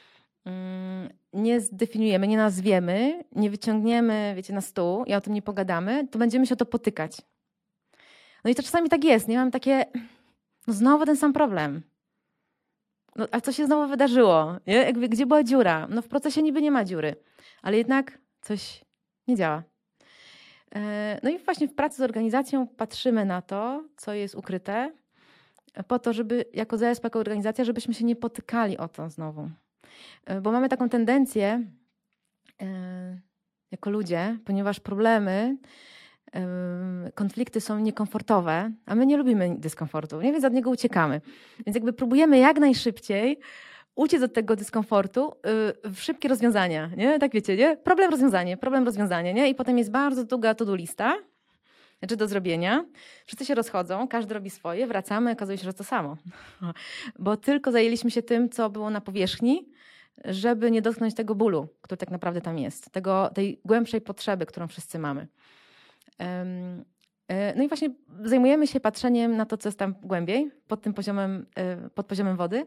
[SPEAKER 3] nie zdefiniujemy, nie nazwiemy, nie wyciągniemy, wiecie, na stół i o tym nie pogadamy, to będziemy się o to potykać. No i to czasami tak jest, nie? Mam takie, no znowu ten sam problem. No, a co się znowu wydarzyło? Nie? Jakby, gdzie była dziura? No w procesie niby nie ma dziury, ale jednak coś nie działa. No i właśnie w pracy z organizacją patrzymy na to, co jest ukryte, po to, żeby jako zespół, jako organizacja, żebyśmy się nie potykali o to znowu. Bo mamy taką tendencję jako ludzie, ponieważ problemy, konflikty są niekomfortowe, a my nie lubimy dyskomfortu, nie? Więc od niego uciekamy. Więc jakby próbujemy jak najszybciej uciec od tego dyskomfortu w szybkie rozwiązania. Nie? Tak wiecie, nie? Problem, rozwiązanie, problem, rozwiązanie. Nie? I potem jest bardzo długa to-do lista, znaczy do zrobienia. Wszyscy się rozchodzą, każdy robi swoje, wracamy, okazuje się, że to samo. Bo tylko zajęliśmy się tym, co było na powierzchni, żeby nie dotknąć tego bólu, który tak naprawdę tam jest, tego, tej głębszej potrzeby, którą wszyscy mamy. No i właśnie zajmujemy się patrzeniem na to, co jest tam głębiej, pod tym poziomem, pod poziomem wody.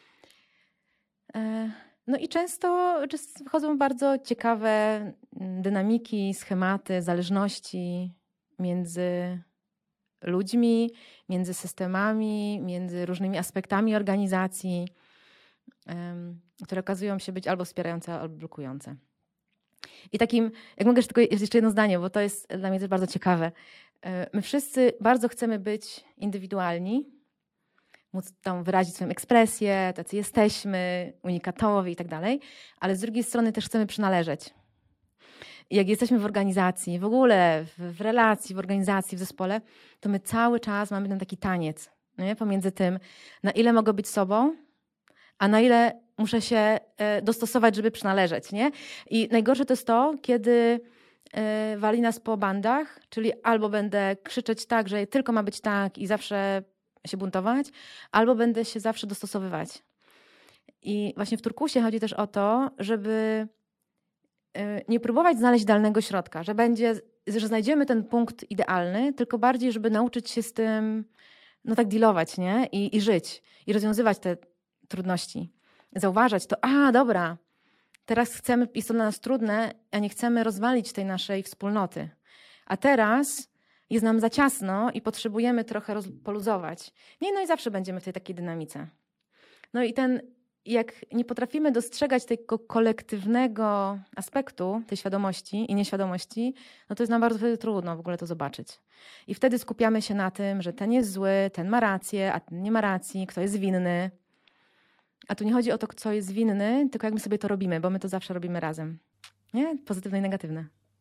[SPEAKER 3] No i często wchodzą bardzo ciekawe dynamiki, schematy, zależności między ludźmi, między systemami, między różnymi aspektami organizacji, które okazują się być albo wspierające, albo blokujące. I takim, jak mogę tylko jeszcze jedno zdanie, bo to jest dla mnie też bardzo ciekawe. My wszyscy bardzo chcemy być indywidualni, móc tam wyrazić swoją ekspresję, tacy jesteśmy, unikatowi i tak dalej, ale z drugiej strony też chcemy przynależeć. I jak jesteśmy w organizacji, w ogóle w, w relacji, w organizacji, w zespole, to my cały czas mamy ten taki taniec, nie? Pomiędzy tym, na ile mogę być sobą, a na ile muszę się dostosować, żeby przynależeć. Nie? I najgorsze to jest to, kiedy wali nas po bandach, czyli albo będę krzyczeć tak, że tylko ma być tak i zawsze się buntować, albo będę się zawsze dostosowywać. I właśnie w turkusie chodzi też o to, żeby nie próbować znaleźć idealnego środka, że będzie, że znajdziemy ten punkt idealny, tylko bardziej, żeby nauczyć się z tym, no tak dealować, nie? I, i żyć, i rozwiązywać te trudności. Zauważać to, a dobra, teraz chcemy, jest to dla nas trudne, a nie chcemy rozwalić tej naszej wspólnoty. A teraz jest nam za ciasno i potrzebujemy trochę roz, poluzować. Nie, no i zawsze będziemy w tej takiej dynamice. No i ten, jak nie potrafimy dostrzegać tego kolektywnego aspektu, tej świadomości i nieświadomości, no to jest nam bardzo wtedy trudno w ogóle to zobaczyć. I wtedy skupiamy się na tym, że ten jest zły, ten ma rację, a ten nie ma racji, kto jest winny. A tu nie chodzi o to, co jest winny, tylko jak my sobie to robimy, bo my to zawsze robimy razem. Nie? Pozytywne i negatywne.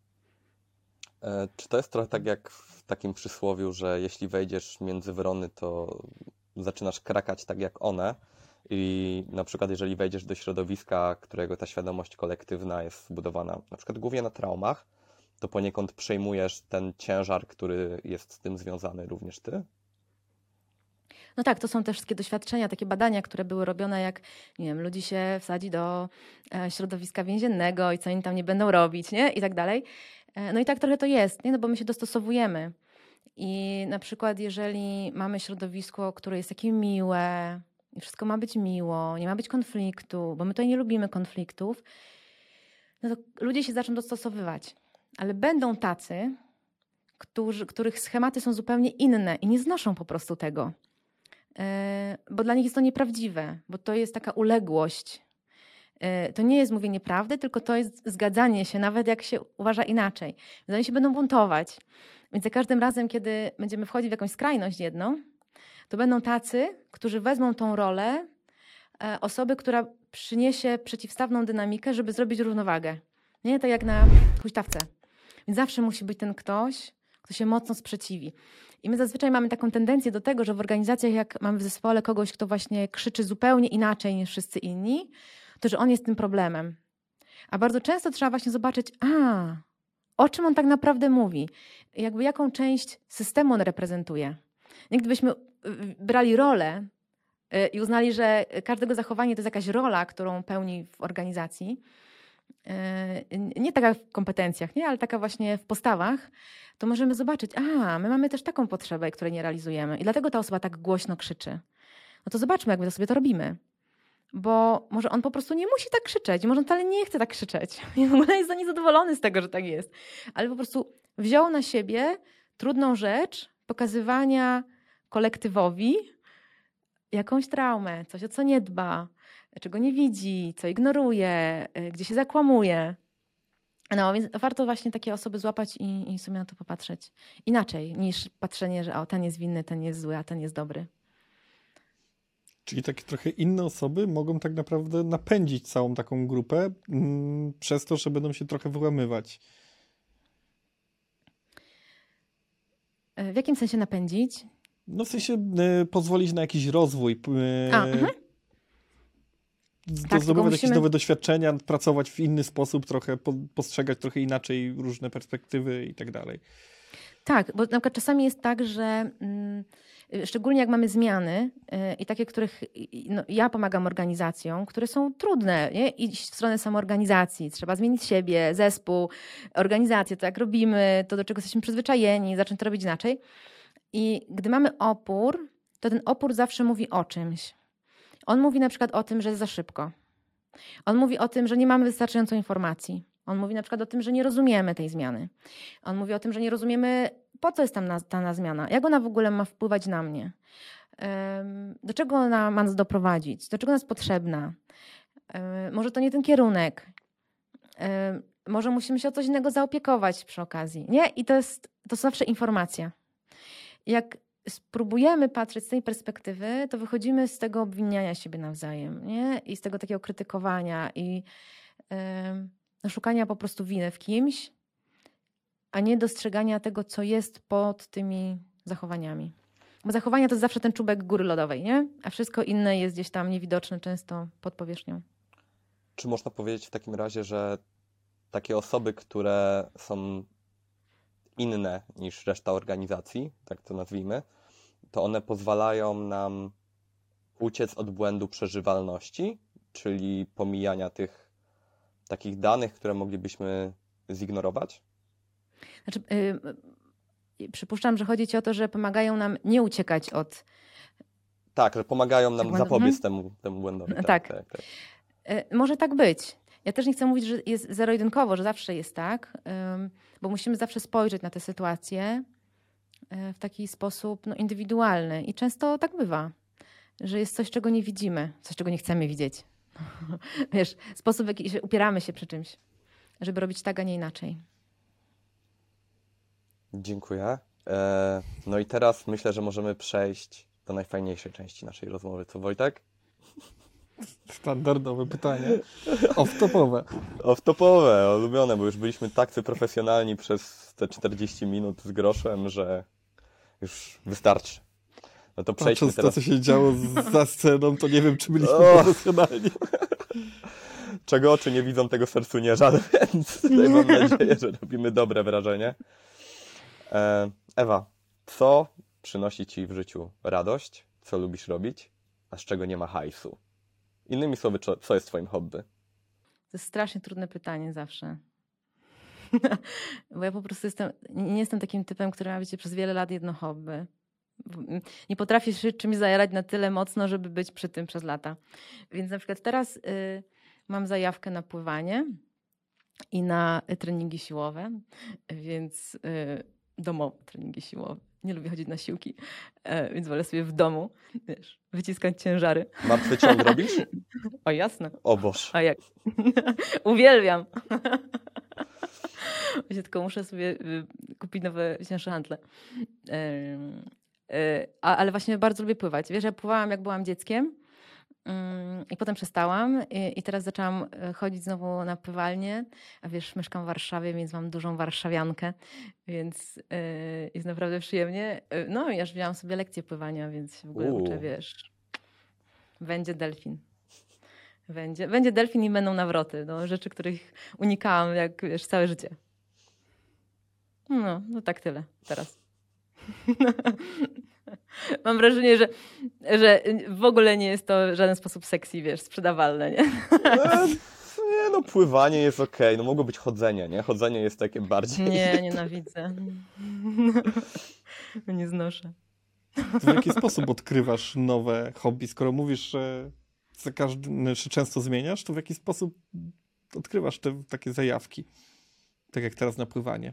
[SPEAKER 1] E, czy to jest trochę tak jak w takim przysłowiu, że jeśli wejdziesz między wrony, to zaczynasz krakać tak jak one i na przykład jeżeli wejdziesz do środowiska, którego ta świadomość kolektywna jest zbudowana na przykład głównie na traumach, to poniekąd przejmujesz ten ciężar, który jest z tym związany również ty?
[SPEAKER 3] No tak, to są też wszystkie doświadczenia, takie badania, które były robione, jak nie wiem, ludzi się wsadzi do e, środowiska więziennego i co oni tam nie będą robić, nie? I tak dalej. E, no i tak trochę to jest, nie? No bo my się dostosowujemy. I na przykład jeżeli mamy środowisko, które jest takie miłe i wszystko ma być miło, nie ma być konfliktu, bo my tutaj nie lubimy konfliktów, no to ludzie się zaczną dostosowywać. Ale będą tacy, którzy, których schematy są zupełnie inne i nie znoszą po prostu tego. Bo dla nich jest to nieprawdziwe, bo to jest taka uległość. Y, To nie jest mówienie prawdy, tylko to jest zgadzanie się, nawet jak się uważa inaczej. Więc oni się będą buntować. Więc za każdym razem, kiedy będziemy wchodzić w jakąś skrajność jedną, to będą tacy, którzy wezmą tą rolę e, osoby, która przyniesie przeciwstawną dynamikę, żeby zrobić równowagę. Nie tak jak na huśtawce. Więc zawsze musi być ten ktoś, kto się mocno sprzeciwi. I my zazwyczaj mamy taką tendencję do tego, że w organizacjach, jak mamy w zespole kogoś, kto właśnie krzyczy zupełnie inaczej niż wszyscy inni, to że on jest tym problemem. A bardzo często trzeba właśnie zobaczyć, a o czym on tak naprawdę mówi? Jakby jaką część systemu on reprezentuje? Nie gdybyśmy brali rolę y, i uznali, że każdego zachowanie to jest jakaś rola, którą pełni w organizacji, y, nie taka w kompetencjach, nie, ale taka właśnie w postawach, to możemy zobaczyć, a my mamy też taką potrzebę, której nie realizujemy i dlatego ta osoba tak głośno krzyczy. No to zobaczmy, jak my to sobie to robimy. Bo może on po prostu nie musi tak krzyczeć, może on wcale nie chce tak krzyczeć. I w ogóle jest niezadowolony z tego, że tak jest. Ale po prostu wziął na siebie trudną rzecz pokazywania kolektywowi jakąś traumę, coś, o co nie dba, czego nie widzi, co ignoruje, gdzie się zakłamuje. No, więc warto właśnie takie osoby złapać i, i sobie na to popatrzeć inaczej, niż patrzenie, że o, ten jest winny, ten jest zły, a ten jest dobry.
[SPEAKER 2] Czyli takie trochę inne osoby mogą tak naprawdę napędzić całą taką grupę mm, przez to, że będą się trochę wyłamywać.
[SPEAKER 3] W jakim sensie napędzić?
[SPEAKER 2] No w sensie y, pozwolić na jakiś rozwój, y,
[SPEAKER 3] A, mhm.
[SPEAKER 2] z-
[SPEAKER 3] Tak,
[SPEAKER 2] zdobywać
[SPEAKER 3] tylko
[SPEAKER 2] jakieś
[SPEAKER 3] musimy-
[SPEAKER 2] nowe doświadczenia, pracować w inny sposób, trochę po, postrzegać trochę inaczej różne perspektywy i tak dalej.
[SPEAKER 3] Tak, bo na przykład czasami jest tak, że mm, szczególnie jak mamy zmiany y, i takie, których y, no, ja pomagam organizacjom, które są trudne, nie? Iść w stronę samoorganizacji, trzeba zmienić siebie, zespół, organizację, to jak robimy, to do czego jesteśmy przyzwyczajeni, zacząć to robić inaczej. I gdy mamy opór, to ten opór zawsze mówi o czymś. On mówi na przykład o tym, że jest za szybko. On mówi o tym, że nie mamy wystarczająco informacji. On mówi na przykład o tym, że nie rozumiemy tej zmiany. On mówi o tym, że nie rozumiemy, po co jest tam na, ta zmiana, jak ona w ogóle ma wpływać na mnie, Em, do czego ona ma nas doprowadzić, do czego ona jest potrzebna. Em, Może to nie ten kierunek. Em, Może musimy się o coś innego zaopiekować przy okazji. Nie? I to jest to zawsze informacja. Jak spróbujemy patrzeć z tej perspektywy, to wychodzimy z tego obwiniania siebie nawzajem, nie? I z tego takiego krytykowania i em, no, szukania po prostu winy w kimś, a nie dostrzegania tego, co jest pod tymi zachowaniami. Bo zachowania to jest zawsze ten czubek góry lodowej, nie? A wszystko inne jest gdzieś tam niewidoczne, często pod powierzchnią.
[SPEAKER 1] Czy można powiedzieć w takim razie, że takie osoby, które są inne niż reszta organizacji, tak to nazwijmy, to one pozwalają nam uciec od błędu przeżywalności, czyli pomijania tych takich danych, które moglibyśmy zignorować?
[SPEAKER 3] Znaczy, yy, przypuszczam, że chodzi ci o to, że pomagają nam nie uciekać od...
[SPEAKER 1] Tak, że pomagają nam
[SPEAKER 3] błędu,
[SPEAKER 1] zapobiec
[SPEAKER 3] mhm.
[SPEAKER 1] temu, temu błędowi.
[SPEAKER 3] Tak.
[SPEAKER 1] Tak, tak, tak.
[SPEAKER 3] Yy, może tak być. Ja też nie chcę mówić, że jest zero-jedynkowo, że zawsze jest tak, ym, bo musimy zawsze spojrzeć na tę sytuację yy, w taki sposób no, indywidualny. I często tak bywa, że jest coś, czego nie widzimy, coś, czego nie chcemy widzieć. Wiesz, sposób, w jaki się upieramy się przy czymś, żeby robić tak, a nie inaczej.
[SPEAKER 1] Dziękuję. E, no i teraz myślę, że możemy przejść do najfajniejszej części naszej rozmowy. Co, Wojtek?
[SPEAKER 2] Standardowe pytanie. Off-topowe.
[SPEAKER 1] Off-topowe, ulubione, bo już byliśmy tacy profesjonalni przez te czterdzieści minut z groszem, że już wystarczy. No to przejdźmy
[SPEAKER 2] Patrząc
[SPEAKER 1] teraz.
[SPEAKER 2] to, co się działo z- za sceną, to nie wiem, czy byliśmy
[SPEAKER 1] O!
[SPEAKER 2] profesjonalni.
[SPEAKER 1] Czego oczy nie widzą, tego sercu nie żal, więc tutaj mam nadzieję, że robimy dobre wrażenie. E, Ewa, co przynosi ci w życiu radość? Co lubisz robić? A z czego nie ma hajsu? Innymi słowy, co, co jest twoim hobby?
[SPEAKER 3] To jest strasznie trudne pytanie zawsze. Bo ja po prostu jestem, nie jestem takim typem, który ma, wiecie, przez wiele lat jedno hobby. Nie potrafię się czymś zajarać na tyle mocno, żeby być przy tym przez lata. Więc na przykład teraz y, mam zajawkę na pływanie i na treningi siłowe, więc y, domowe treningi siłowe. nie lubię chodzić na siłki, e, więc wolę sobie w domu, wiesz, wyciskać ciężary.
[SPEAKER 1] Martwy ciąg robisz?
[SPEAKER 3] O jasne.
[SPEAKER 1] O Boż.
[SPEAKER 3] A jak? Uwielbiam. Właśnie tylko muszę sobie y, kupić nowe cięższe hantle. Y, y, a, ale właśnie bardzo lubię pływać. Wiesz, ja pływałam jak byłam dzieckiem y, i potem przestałam i, i teraz zaczęłam chodzić znowu na pływalnię. A wiesz, mieszkam w Warszawie, więc mam dużą warszawiankę, więc y, jest naprawdę przyjemnie. Y, no i aż wzięłam sobie lekcję pływania, więc się w ogóle
[SPEAKER 1] Uuu.
[SPEAKER 3] uczę, wiesz. Będzie delfin. Będzie, będzie delfin i będą nawroty. No, rzeczy, których unikałam jak wiesz, całe życie. No, no tak tyle teraz. Mam wrażenie, że, że w ogóle nie jest to w żaden sposób sexy, wiesz, sprzedawalne, nie?
[SPEAKER 1] E, nie, no pływanie jest okej, no mogło być chodzenie, nie? Chodzenie jest takie bardziej...
[SPEAKER 3] Nie, nienawidzę. Nie znoszę.
[SPEAKER 2] W jaki sposób odkrywasz nowe hobby? Skoro mówisz, że za każdy, że często zmieniasz, to w jaki sposób odkrywasz te takie zajawki? Tak jak teraz na pływanie.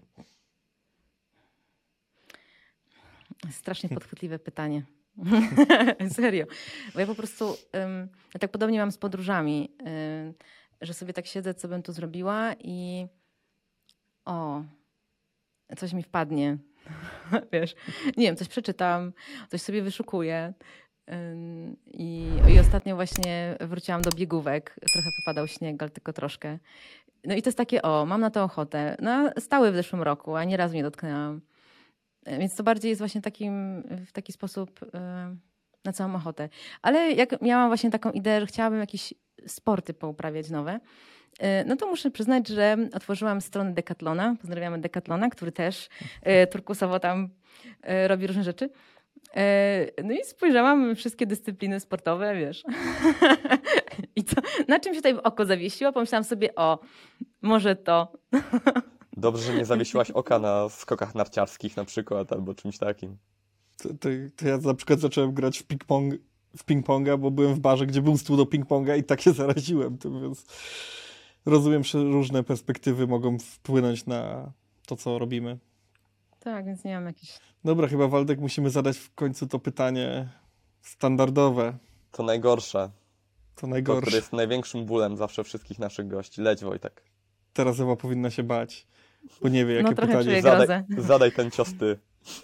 [SPEAKER 3] Strasznie podchwytliwe pytanie. Serio. Bo ja po prostu, um, ja tak podobnie mam z podróżami, um, że sobie tak siedzę, co bym tu zrobiła i o, coś mi wpadnie. Wiesz, nie wiem, coś przeczytam, coś sobie wyszukuję. Um, i, I ostatnio właśnie wróciłam do biegówek. Trochę popadał śnieg, ale tylko troszkę. No i to jest takie, o, mam na to ochotę. No, stały w zeszłym roku, a nieraz mnie dotknęłam. Więc to bardziej jest właśnie takim, w taki sposób yy, na całą ochotę. Ale jak miałam właśnie taką ideę, że chciałabym jakieś sporty pouprawiać nowe, yy, no to muszę przyznać, że otworzyłam stronę Decathlona. Pozdrawiamy Decathlona, który też yy, turkusowo tam yy, robi różne rzeczy. Yy, no i spojrzałam wszystkie dyscypliny sportowe, wiesz. I co, na czym się tutaj oko zawiesiło? Pomyślałam sobie, o, może to...
[SPEAKER 1] Dobrze, że nie zawiesiłaś oka na skokach narciarskich na przykład, albo czymś takim.
[SPEAKER 2] To, to, to ja na przykład zacząłem grać w ping-pong, w ping-ponga, bo byłem w barze, gdzie był stół do ping-ponga i tak się zaraziłem tym, więc rozumiem, że różne perspektywy mogą wpłynąć na to, co robimy.
[SPEAKER 3] Tak, więc nie mam jakichś...
[SPEAKER 2] Dobra, chyba Waldek musimy zadać w końcu to pytanie standardowe.
[SPEAKER 1] To najgorsze.
[SPEAKER 2] To
[SPEAKER 1] To,
[SPEAKER 2] najgorsze.
[SPEAKER 1] które jest największym bólem zawsze wszystkich naszych gości. Leć, Wojtek.
[SPEAKER 2] Teraz Ewa powinna się bać, bo nie wie, jakie
[SPEAKER 3] No, trochę
[SPEAKER 2] pytanie.
[SPEAKER 3] czuję
[SPEAKER 1] Zadaj,
[SPEAKER 3] grozę.
[SPEAKER 1] zadaj ten cios ty.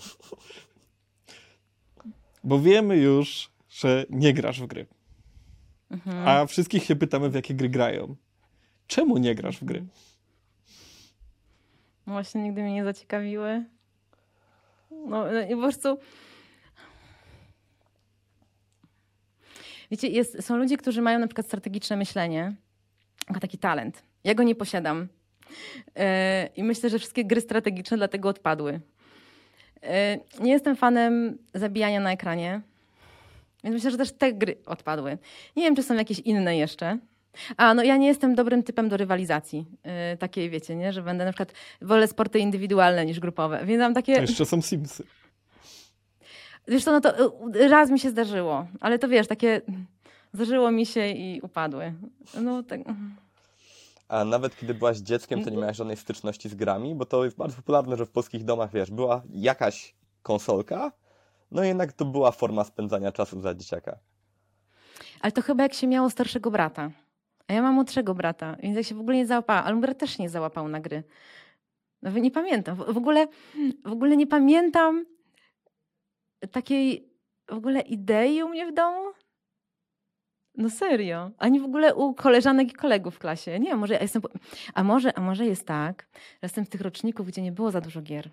[SPEAKER 2] Bo wiemy już, że nie grasz w gry.
[SPEAKER 3] Mhm.
[SPEAKER 2] A wszystkich się pytamy, w jakie gry grają. Czemu nie grasz w gry?
[SPEAKER 3] No właśnie nigdy mnie nie zaciekawiły. No i po prostu... Wiecie, jest, są ludzie, którzy mają na przykład strategiczne myślenie, jako taki talent. Ja go nie posiadam. Yy, I myślę, że wszystkie gry strategiczne dlatego odpadły. Yy, nie jestem fanem zabijania na ekranie, więc myślę, że też te gry odpadły. Nie wiem, czy są jakieś inne jeszcze. A, no ja nie jestem dobrym typem do rywalizacji. Yy, takiej, wiecie, nie? Że będę na przykład, wolę sporty indywidualne niż grupowe. Więc mam takie...
[SPEAKER 2] A jeszcze są Simsy.
[SPEAKER 3] Wiesz co, no to y, raz mi się zdarzyło, ale to wiesz, takie zdarzyło mi się i upadły. No tak...
[SPEAKER 1] A nawet kiedy byłaś dzieckiem, to nie miałaś żadnej styczności z grami, bo to jest bardzo popularne, że w polskich domach, wiesz, była jakaś konsolka, no jednak to była forma spędzania czasu za dzieciaka.
[SPEAKER 3] Ale to chyba jak się miało starszego brata. A ja mam młodszego brata, więc jak się w ogóle nie załapała, ale mój brat też nie załapał na gry. No nie pamiętam. W, w, ogóle, w ogóle nie pamiętam takiej w ogóle idei u mnie w domu. No serio. Ani w ogóle u koleżanek i kolegów w klasie. Nie wiem, może ja jestem... A może, a może jest tak, że jestem z tych roczników, gdzie nie było za dużo gier.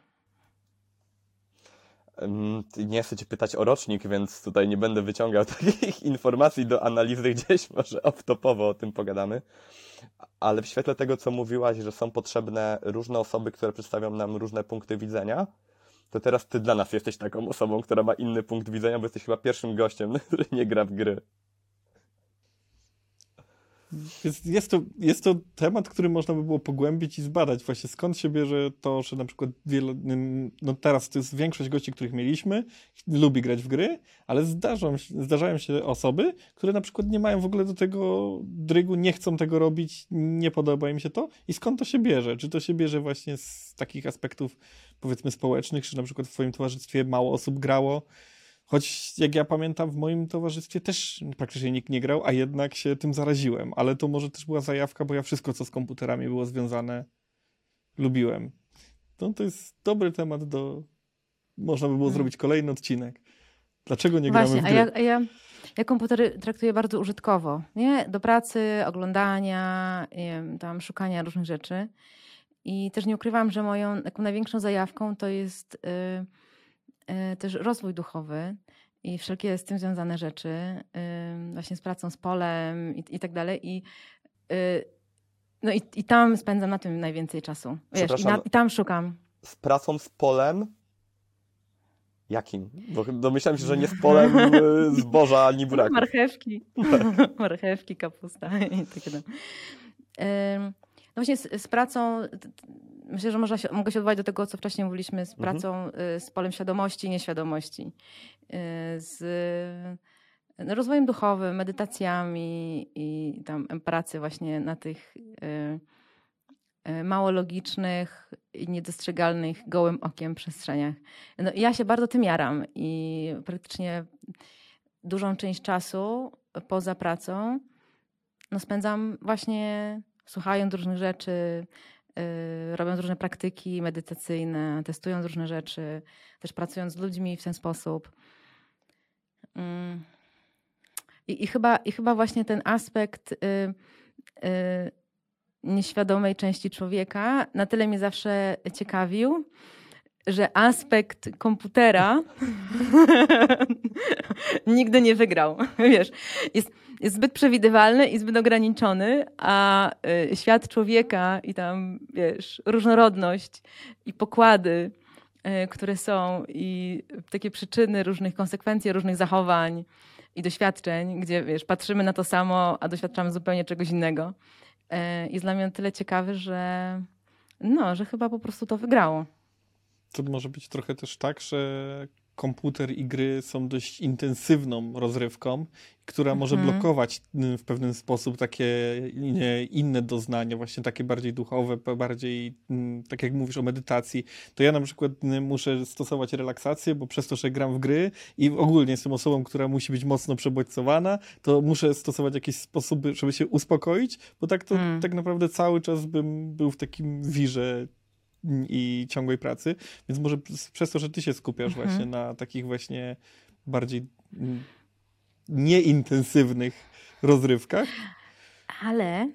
[SPEAKER 1] Ym, Nie chcę cię pytać o rocznik, więc tutaj nie będę wyciągał takich informacji do analizy gdzieś, może off-topowo o tym pogadamy. Ale w świetle tego, co mówiłaś, że są potrzebne różne osoby, które przedstawią nam różne punkty widzenia, to teraz ty dla nas jesteś taką osobą, która ma inny punkt widzenia, bo jesteś chyba pierwszym gościem, który nie gra w gry.
[SPEAKER 2] Więc jest to, jest to temat, który można by było pogłębić i zbadać. Właśnie skąd się bierze to, że na przykład wiele, no teraz to jest większość gości, których mieliśmy, lubi grać w gry, ale zdarzą, zdarzają się osoby, które na przykład nie mają w ogóle do tego drygu, nie chcą tego robić, nie podoba im się to. I skąd to się bierze? Czy to się bierze właśnie z takich aspektów, powiedzmy, społecznych, czy na przykład w twoim towarzystwie mało osób grało? Choć jak ja pamiętam, w moim towarzystwie też praktycznie nikt nie grał, a jednak się tym zaraziłem. Ale to może też była zajawka, bo ja wszystko, co z komputerami było związane, lubiłem. No to jest dobry temat do... Można by było
[SPEAKER 3] Hmm.
[SPEAKER 2] zrobić kolejny odcinek. Dlaczego nie gramy
[SPEAKER 3] Właśnie,
[SPEAKER 2] w
[SPEAKER 3] a
[SPEAKER 2] gry?
[SPEAKER 3] ja, a ja, ja komputery traktuję bardzo użytkowo. Nie? Do pracy, oglądania, nie wiem, tam szukania różnych rzeczy. I też nie ukrywam, że moją taką największą zajawką to jest y, y, też rozwój duchowy i wszelkie z tym związane rzeczy, y, właśnie z pracą z polem i, i tak dalej. I, y, no i, i tam spędzam na tym najwięcej czasu. Wiesz, i, na,
[SPEAKER 1] Przepraszam.
[SPEAKER 3] i tam szukam.
[SPEAKER 1] Z pracą z polem? Jakim? Bo domyślam się, że nie z polem y, zboża ani buraków.
[SPEAKER 3] Marchewki, marchewki, kapusta i takie tam. Ym, No właśnie z, z pracą, t- t- myślę, że można się, mogę się odwołać do tego, co wcześniej mówiliśmy, z
[SPEAKER 1] Mhm.
[SPEAKER 3] pracą, y, z polem świadomości i nieświadomości. Y, Z y, rozwojem duchowym, medytacjami i tam pracę właśnie na tych y, y, mało logicznych i niedostrzegalnych gołym okiem przestrzeniach. No, i ja się bardzo tym jaram i praktycznie dużą część czasu poza pracą no, spędzam właśnie słuchając różnych rzeczy, yy, robiąc różne praktyki medytacyjne, testując różne rzeczy, też pracując z ludźmi w ten sposób. Mm. I, i, chyba, I chyba właśnie ten aspekt yy, yy, nieświadomej części człowieka na tyle mnie zawsze ciekawił, że aspekt komputera nigdy nie wygrał. Wiesz, jest, jest zbyt przewidywalny i zbyt ograniczony, a y, świat człowieka i tam, wiesz, różnorodność i pokłady, y, które są i takie przyczyny różnych konsekwencji, różnych zachowań i doświadczeń, gdzie, wiesz, patrzymy na to samo, a doświadczamy zupełnie czegoś innego. Y, jest dla mnie o tyle ciekawy, że no, że chyba po prostu to wygrało.
[SPEAKER 2] To może być trochę też tak, że komputer i gry są dość intensywną rozrywką, która może
[SPEAKER 3] Mhm.
[SPEAKER 2] blokować w pewien sposób takie nie, inne doznania, właśnie takie bardziej duchowe, bardziej, tak jak mówisz o medytacji. To ja na przykład muszę stosować relaksację, bo przez to, że gram w gry i ogólnie jestem osobą, która musi być mocno przebodźcowana, to muszę stosować jakieś sposoby, żeby się uspokoić, bo tak to
[SPEAKER 3] Mm.
[SPEAKER 2] tak naprawdę cały czas bym był w takim wirze i ciągłej pracy, więc może przez to, że ty się skupiasz
[SPEAKER 3] Mhm.
[SPEAKER 2] właśnie na takich właśnie bardziej mm, nieintensywnych rozrywkach.
[SPEAKER 3] Ale,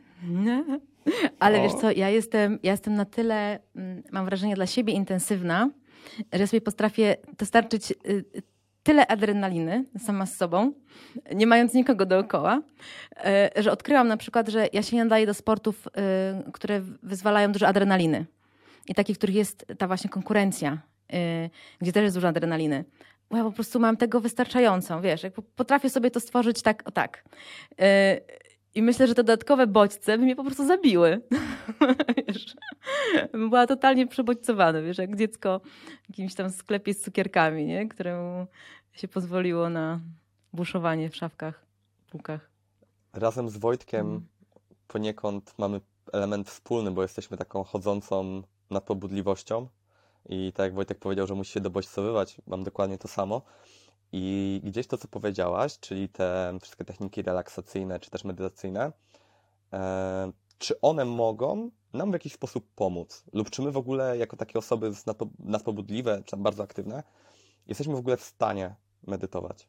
[SPEAKER 3] ale
[SPEAKER 2] O.
[SPEAKER 3] wiesz co, ja jestem, ja jestem na tyle, mm, mam wrażenie, dla siebie intensywna, że sobie potrafię dostarczyć y, tyle adrenaliny sama z sobą, nie mając nikogo dookoła, y, że odkryłam na przykład, że ja się nie nadaję do sportów, y, które wyzwalają dużo adrenaliny. I takich, w których jest ta właśnie konkurencja, y, gdzie też jest dużo adrenaliny. Bo ja po prostu mam tego wystarczającą, wiesz, jak po- potrafię sobie to stworzyć tak, o tak. Y, I myślę, że te dodatkowe bodźce by mnie po prostu zabiły. Wiesz, bym była totalnie przebodźcowana, wiesz, jak dziecko w jakimś tam sklepie z cukierkami, nie? Któremu się pozwoliło na buszowanie w szafkach, półkach.
[SPEAKER 1] Razem z Wojtkiem
[SPEAKER 3] Mm.
[SPEAKER 1] poniekąd mamy element wspólny, bo jesteśmy taką chodzącą nadpobudliwością i tak jak Wojtek powiedział, że musi się dobodźcowywać, mam dokładnie to samo. I gdzieś to, co powiedziałaś, czyli te wszystkie techniki relaksacyjne czy też medytacyjne, e, czy one mogą nam w jakiś sposób pomóc? Lub czy my w ogóle jako takie osoby z nadpo- nadpobudliwe, czy tam bardzo aktywne, jesteśmy w ogóle w stanie medytować?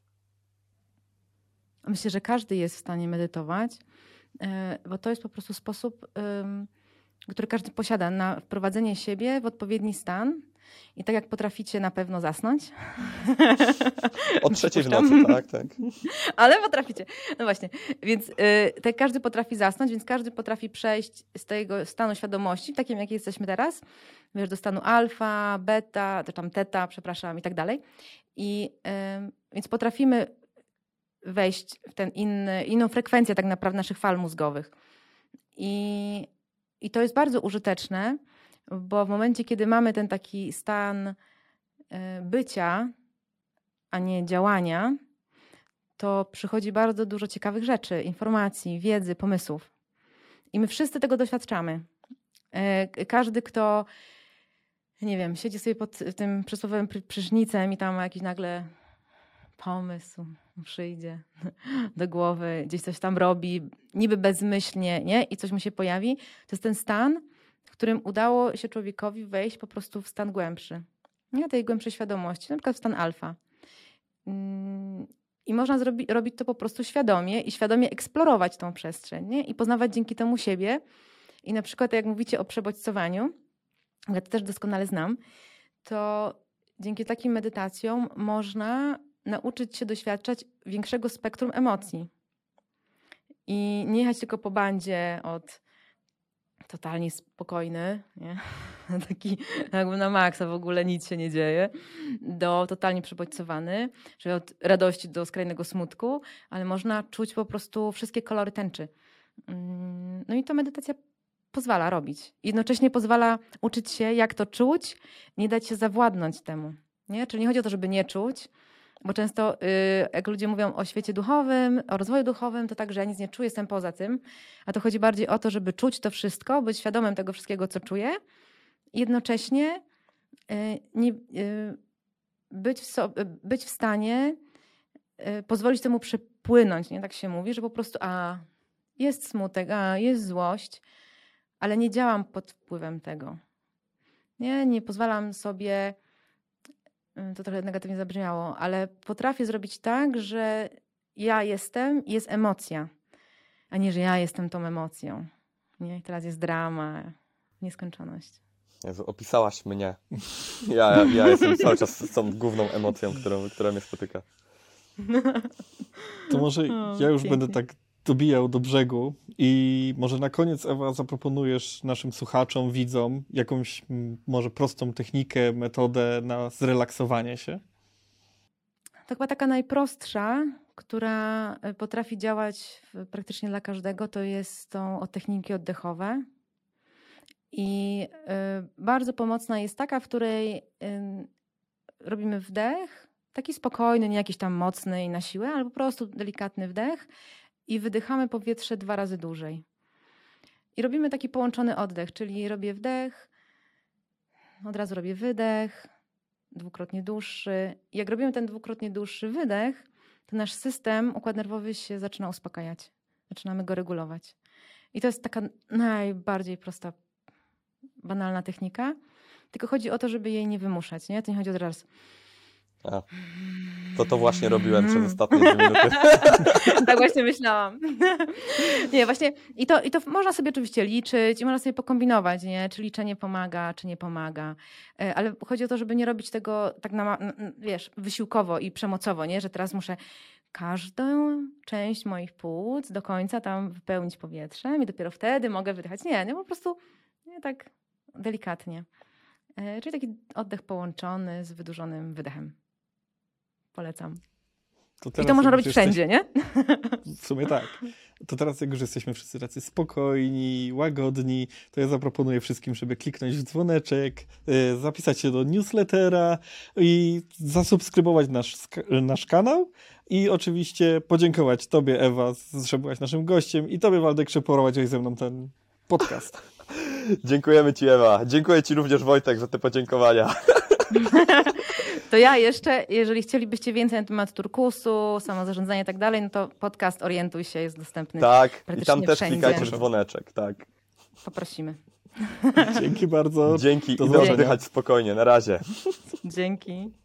[SPEAKER 3] Myślę, że każdy jest w stanie medytować, e, bo to jest po prostu sposób, ym, który każdy posiada na wprowadzenie siebie w odpowiedni stan. I tak jak potraficie na pewno zasnąć.
[SPEAKER 1] O trzeciej w
[SPEAKER 3] Przypuszczam.
[SPEAKER 1] nocy, tak, tak.
[SPEAKER 3] Ale potraficie. No właśnie. Więc y, tak każdy potrafi zasnąć, więc każdy potrafi przejść z tego stanu świadomości, takim jaki jesteśmy teraz, wiesz, do stanu alfa, beta, to tam teta, przepraszam, i tak dalej. I y, więc potrafimy wejść w ten inny, inną frekwencję tak naprawdę naszych fal mózgowych. I, I to jest bardzo użyteczne, bo w momencie, kiedy mamy ten taki stan bycia, a nie działania, to przychodzi bardzo dużo ciekawych rzeczy, informacji, wiedzy, pomysłów. I my wszyscy tego doświadczamy. Każdy, kto, nie wiem, siedzi sobie pod tym przysłowiowym prysznicem i tam ma jakiś nagle pomysł przyjdzie do głowy, gdzieś coś tam robi, niby bezmyślnie, nie? I coś mu się pojawi. To jest ten stan, w którym udało się człowiekowi wejść po prostu w stan głębszy. Nie? Tej głębszej świadomości, na przykład w stan alfa. I można zrobi, robić to po prostu świadomie i świadomie eksplorować tą przestrzeń, nie? I poznawać dzięki temu siebie. I na przykład jak mówicie o przebodźcowaniu, ja to też doskonale znam, to dzięki takim medytacjom można nauczyć się doświadczać większego spektrum emocji. I nie jechać tylko po bandzie od totalnie spokojny, nie? Taki jakby na maksa, w ogóle nic się nie dzieje, do totalnie przebodźcowany, czyli od radości do skrajnego smutku, ale można czuć po prostu wszystkie kolory tęczy. No i to medytacja pozwala robić. Jednocześnie pozwala uczyć się, jak to czuć, nie dać się zawładnąć temu. Nie? Czyli nie chodzi o to, żeby nie czuć, bo często yy, jak ludzie mówią o świecie duchowym, o rozwoju duchowym, to tak, że ja nic nie czuję, jestem poza tym. A to chodzi bardziej o to, żeby czuć to wszystko, być świadomym tego wszystkiego, co czuję i jednocześnie yy, nie, yy, być, w so, yy, być w stanie yy, pozwolić temu przepłynąć. Nie tak się mówi, że po prostu a jest smutek, a jest złość, ale nie działam pod wpływem tego. Nie, nie pozwalam sobie, to trochę negatywnie zabrzmiało, ale potrafię zrobić tak, że ja jestem i jest emocja, a nie, że ja jestem tą emocją. Nie? I teraz jest drama, nieskończoność.
[SPEAKER 1] Jezu, opisałaś mnie. Ja, ja, ja jestem cały czas tą główną emocją, którą, która mnie spotyka.
[SPEAKER 2] To może
[SPEAKER 3] O,
[SPEAKER 2] ja już
[SPEAKER 3] pięknie.
[SPEAKER 2] będę tak dobijał do brzegu i może na koniec, Ewa, zaproponujesz naszym słuchaczom, widzom jakąś m, może prostą technikę, metodę na zrelaksowanie się?
[SPEAKER 3] To chyba taka najprostsza, która potrafi działać w- praktycznie dla każdego, to jest tą o techniki oddechowe. I y, bardzo pomocna jest taka, w której y, robimy wdech, taki spokojny, nie jakiś tam mocny i na siłę, ale po prostu delikatny wdech i wydychamy powietrze dwa razy dłużej. I robimy taki połączony oddech, czyli robię wdech, od razu robię wydech, dwukrotnie dłuższy. I jak robimy ten dwukrotnie dłuższy wydech, to nasz system, układ nerwowy się zaczyna uspokajać. Zaczynamy go regulować. I to jest taka najbardziej prosta, banalna technika. Tylko chodzi o to, żeby jej nie wymuszać. Nie? To nie chodzi o teraz.
[SPEAKER 1] A, to to właśnie robiłem przez ostatnie dwie minuty.
[SPEAKER 3] Tak właśnie myślałam. Nie, właśnie i to, i to można sobie oczywiście liczyć i można sobie pokombinować, nie? Czy liczenie pomaga, czy nie pomaga. E, Ale chodzi o to, żeby nie robić tego tak na, na- wiesz, wysiłkowo i przemocowo, nie? Że teraz muszę każdą część moich płuc do końca tam wypełnić powietrzem i dopiero wtedy mogę wydychać. Nie, nie, po prostu nie, tak delikatnie. E, Czyli taki oddech połączony z wydłużonym wydechem. Polecam.
[SPEAKER 2] To
[SPEAKER 3] I
[SPEAKER 2] teraz,
[SPEAKER 3] to można
[SPEAKER 2] jak
[SPEAKER 3] robić
[SPEAKER 2] już
[SPEAKER 3] wszędzie, nie?
[SPEAKER 2] jesteś- W sumie tak. To teraz, jak już jesteśmy wszyscy tacy spokojni, łagodni, to ja zaproponuję wszystkim, żeby kliknąć w dzwoneczek, y, zapisać się do newslettera i zasubskrybować nasz, sk- nasz kanał. I oczywiście podziękować Tobie, Ewa, że byłaś naszym gościem i Tobie, Waldek, że prowadziłeś ze mną ten podcast.
[SPEAKER 1] Dziękujemy Ci, Ewa. Dziękuję Ci również, Wojtek, za te podziękowania.
[SPEAKER 3] To ja jeszcze, jeżeli chcielibyście więcej na temat turkusu, samozarządzania i tak dalej, no to podcast Orientuj się jest dostępny.
[SPEAKER 1] Tak, i
[SPEAKER 3] praktycznie
[SPEAKER 1] tam też
[SPEAKER 3] wszędzie.
[SPEAKER 1] klikajcie w dzwoneczek, tak.
[SPEAKER 3] Poprosimy.
[SPEAKER 2] Dzięki bardzo.
[SPEAKER 1] Dzięki,
[SPEAKER 2] Do
[SPEAKER 1] idę
[SPEAKER 2] zobaczenia.
[SPEAKER 1] oddychać spokojnie, na razie.
[SPEAKER 3] Dzięki.